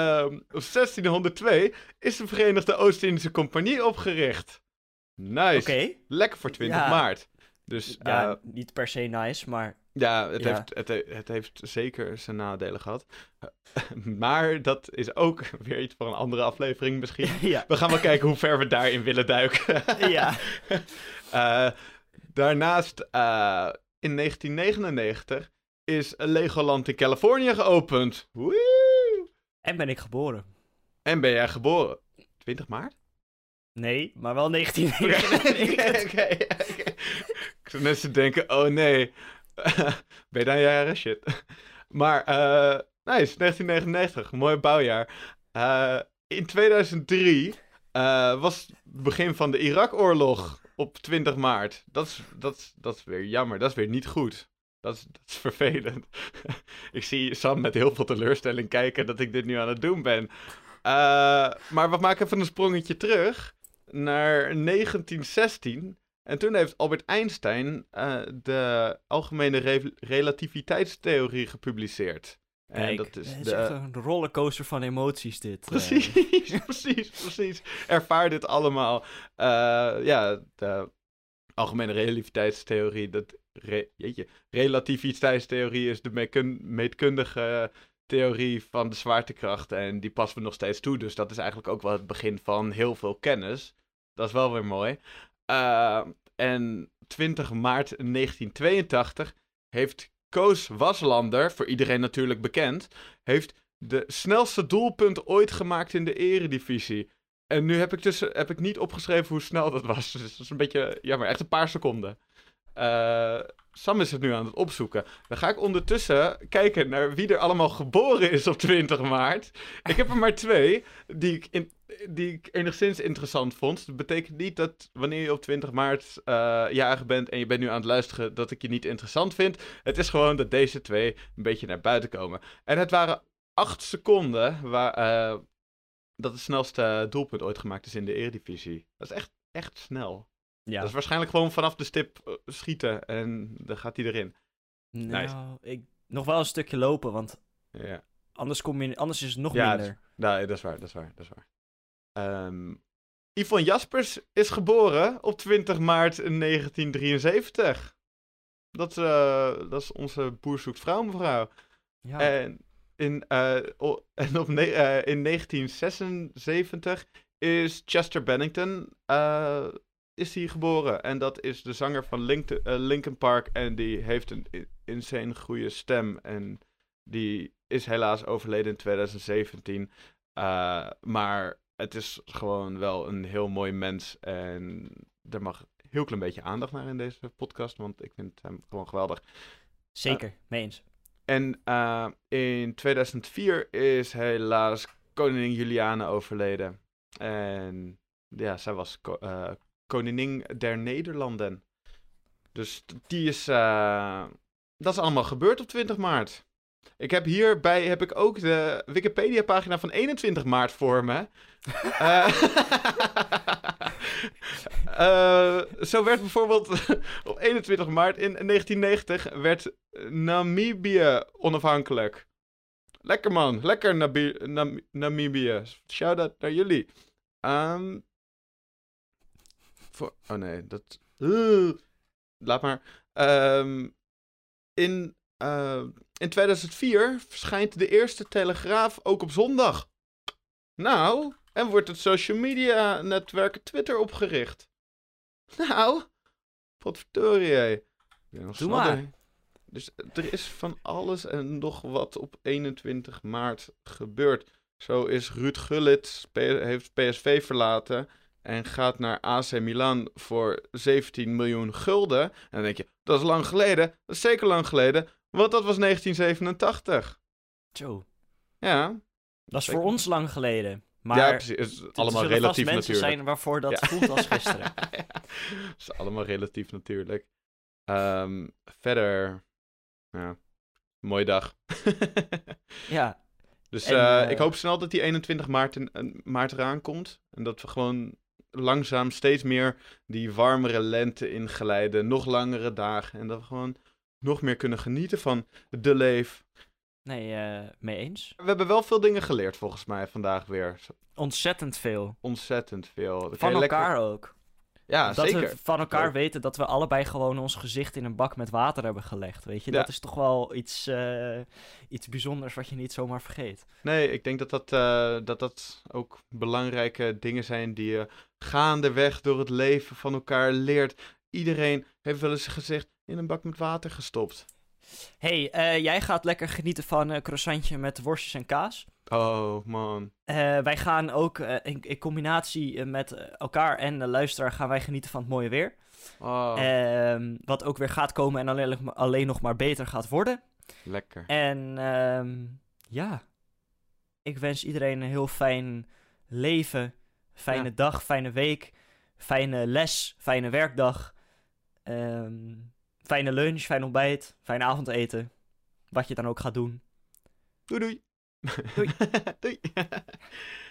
[SPEAKER 2] 1602 is de Verenigde Oost-Indische Compagnie opgericht. Nice.
[SPEAKER 1] Okay.
[SPEAKER 2] Lekker voor 20 maart. Dus,
[SPEAKER 1] niet per se nice, maar...
[SPEAKER 2] Ja, het heeft zeker zijn nadelen gehad. Maar dat is ook weer iets voor een andere aflevering misschien. Ja. We gaan wel kijken hoe ver we daarin willen duiken.
[SPEAKER 1] Ja.
[SPEAKER 2] Daarnaast, in 1999 is Legoland in Californië geopend. Woe!
[SPEAKER 1] En ben ik geboren.
[SPEAKER 2] En ben jij geboren? 20 maart?
[SPEAKER 1] Nee, maar wel 1999.
[SPEAKER 2] Oké. Ik zou net zo denken, oh nee. Ben je dan jaren? Shit. Maar, nice, 1999. Mooi bouwjaar. In 2003 was het begin van de Irak-oorlog op 20 maart. Dat is weer jammer. Dat is weer niet goed. Dat is vervelend. Ik zie Sam met heel veel teleurstelling kijken dat ik dit nu aan het doen ben. Maar we maken even een sprongetje terug naar 1916. En toen heeft Albert Einstein de algemene relativiteitstheorie gepubliceerd.
[SPEAKER 1] Kijk,
[SPEAKER 2] en dat is
[SPEAKER 1] echt een rollercoaster van emoties dit.
[SPEAKER 2] Precies. Ervaar dit allemaal. De algemene relativiteitstheorie. Relativiteitstheorie is de meetkundige theorie van de zwaartekracht. En die passen we nog steeds toe. Dus dat is eigenlijk ook wel het begin van heel veel kennis. Dat is wel weer mooi. En 20 maart 1982 heeft Koos Waslander, voor iedereen natuurlijk bekend, heeft de snelste doelpunt ooit gemaakt in de eredivisie. En nu heb ik niet opgeschreven hoe snel dat was. Dus dat is een beetje jammer. Echt een paar seconden. Sam is het nu aan het opzoeken. Dan ga ik ondertussen kijken naar wie er allemaal geboren is op 20 maart. Ik heb er maar 2 die ik enigszins interessant vond. Dat betekent niet dat wanneer je op 20 maart jarig bent en je bent nu aan het luisteren, dat ik je niet interessant vind. Het is gewoon dat deze 2 een beetje naar buiten komen. En het waren 8 seconden dat het snelste doelpunt ooit gemaakt is in de Eredivisie. Dat is echt snel.
[SPEAKER 1] Ja.
[SPEAKER 2] Dat is waarschijnlijk gewoon vanaf de stip schieten en dan gaat hij erin.
[SPEAKER 1] Nou, nog wel een stukje lopen, want anders is het nog minder.
[SPEAKER 2] Dat is waar. Yvonne Jaspers is geboren op 20 maart 1973. Dat is onze Boer zoekt vrouw, mevrouw.
[SPEAKER 1] Ja.
[SPEAKER 2] En in 1976 is Chester Bennington is hij geboren. En dat is de zanger van Linkin Park. En die heeft een insane goede stem. En die is helaas overleden in 2017. Maar het is gewoon wel een heel mooi mens. En er mag een heel klein beetje aandacht naar in deze podcast. Want ik vind hem gewoon geweldig.
[SPEAKER 1] Zeker, mee eens.
[SPEAKER 2] En in 2004 is helaas koningin Juliana overleden. En ja, zij was koningin der Nederlanden. Dus die is... dat is allemaal gebeurd op 20 maart. Ik heb hierbij ook de Wikipedia-pagina van 21 maart voor me. Zo werd bijvoorbeeld op 21 maart in 1990 werd Namibië onafhankelijk. Lekker man, lekker Namibië. Shout-out naar jullie. Oh nee, dat... laat maar. In 2004 verschijnt de eerste Telegraaf ook op zondag. Nou, en wordt het social media netwerk Twitter opgericht. Nou, potverdorie.
[SPEAKER 1] Doe maar.
[SPEAKER 2] Dus er is van alles en nog wat op 21 maart gebeurd. Zo is Ruud Gullit, heeft PSV verlaten en gaat naar AC Milan voor 17 miljoen gulden. En dan denk je, dat is lang geleden. Dat is zeker lang geleden, want dat was 1987.
[SPEAKER 1] Zo.
[SPEAKER 2] Ja.
[SPEAKER 1] Dat is voor ons lang geleden. Maar
[SPEAKER 2] ja, precies. Het is allemaal relatief
[SPEAKER 1] mensen
[SPEAKER 2] natuurlijk.
[SPEAKER 1] Zijn waarvoor dat voelt als gisteren.
[SPEAKER 2] Ja, het is allemaal relatief natuurlijk. Verder, ja, mooie dag.
[SPEAKER 1] Ja.
[SPEAKER 2] Dus
[SPEAKER 1] En,
[SPEAKER 2] ik hoop snel dat die 21 maart eraan komt. En dat we gewoon langzaam steeds meer die warmere lente ingeleiden. Nog langere dagen. En dat we gewoon nog meer kunnen genieten van de leef.
[SPEAKER 1] Nee, mee eens.
[SPEAKER 2] We hebben wel veel dingen geleerd volgens mij vandaag weer.
[SPEAKER 1] Ontzettend veel.
[SPEAKER 2] Ontzettend veel.
[SPEAKER 1] Van elkaar ook.
[SPEAKER 2] Ja,
[SPEAKER 1] dat
[SPEAKER 2] zeker.
[SPEAKER 1] we van elkaar weten dat we allebei gewoon ons gezicht in een bak met water hebben gelegd, weet je.
[SPEAKER 2] Ja.
[SPEAKER 1] Dat is toch wel iets bijzonders wat je niet zomaar vergeet.
[SPEAKER 2] Nee, ik denk dat ook belangrijke dingen zijn die je gaandeweg door het leven van elkaar leert. Iedereen heeft wel eens gezegd in een bak met water gestopt.
[SPEAKER 1] Hey, jij gaat lekker genieten van een croissantje met worstjes en kaas.
[SPEAKER 2] Oh, man.
[SPEAKER 1] Wij gaan ook in combinatie met elkaar en de luisteraar gaan wij genieten van het mooie weer.
[SPEAKER 2] Oh.
[SPEAKER 1] Wat ook weer gaat komen en alleen nog maar beter gaat worden.
[SPEAKER 2] Lekker.
[SPEAKER 1] En ja, ik wens iedereen een heel fijn leven, fijne dag, fijne week, fijne les, fijne werkdag, fijne lunch, fijn ontbijt, fijn avondeten, wat je dan ook gaat doen.
[SPEAKER 2] Doei doei.
[SPEAKER 1] Doei.
[SPEAKER 2] Doei.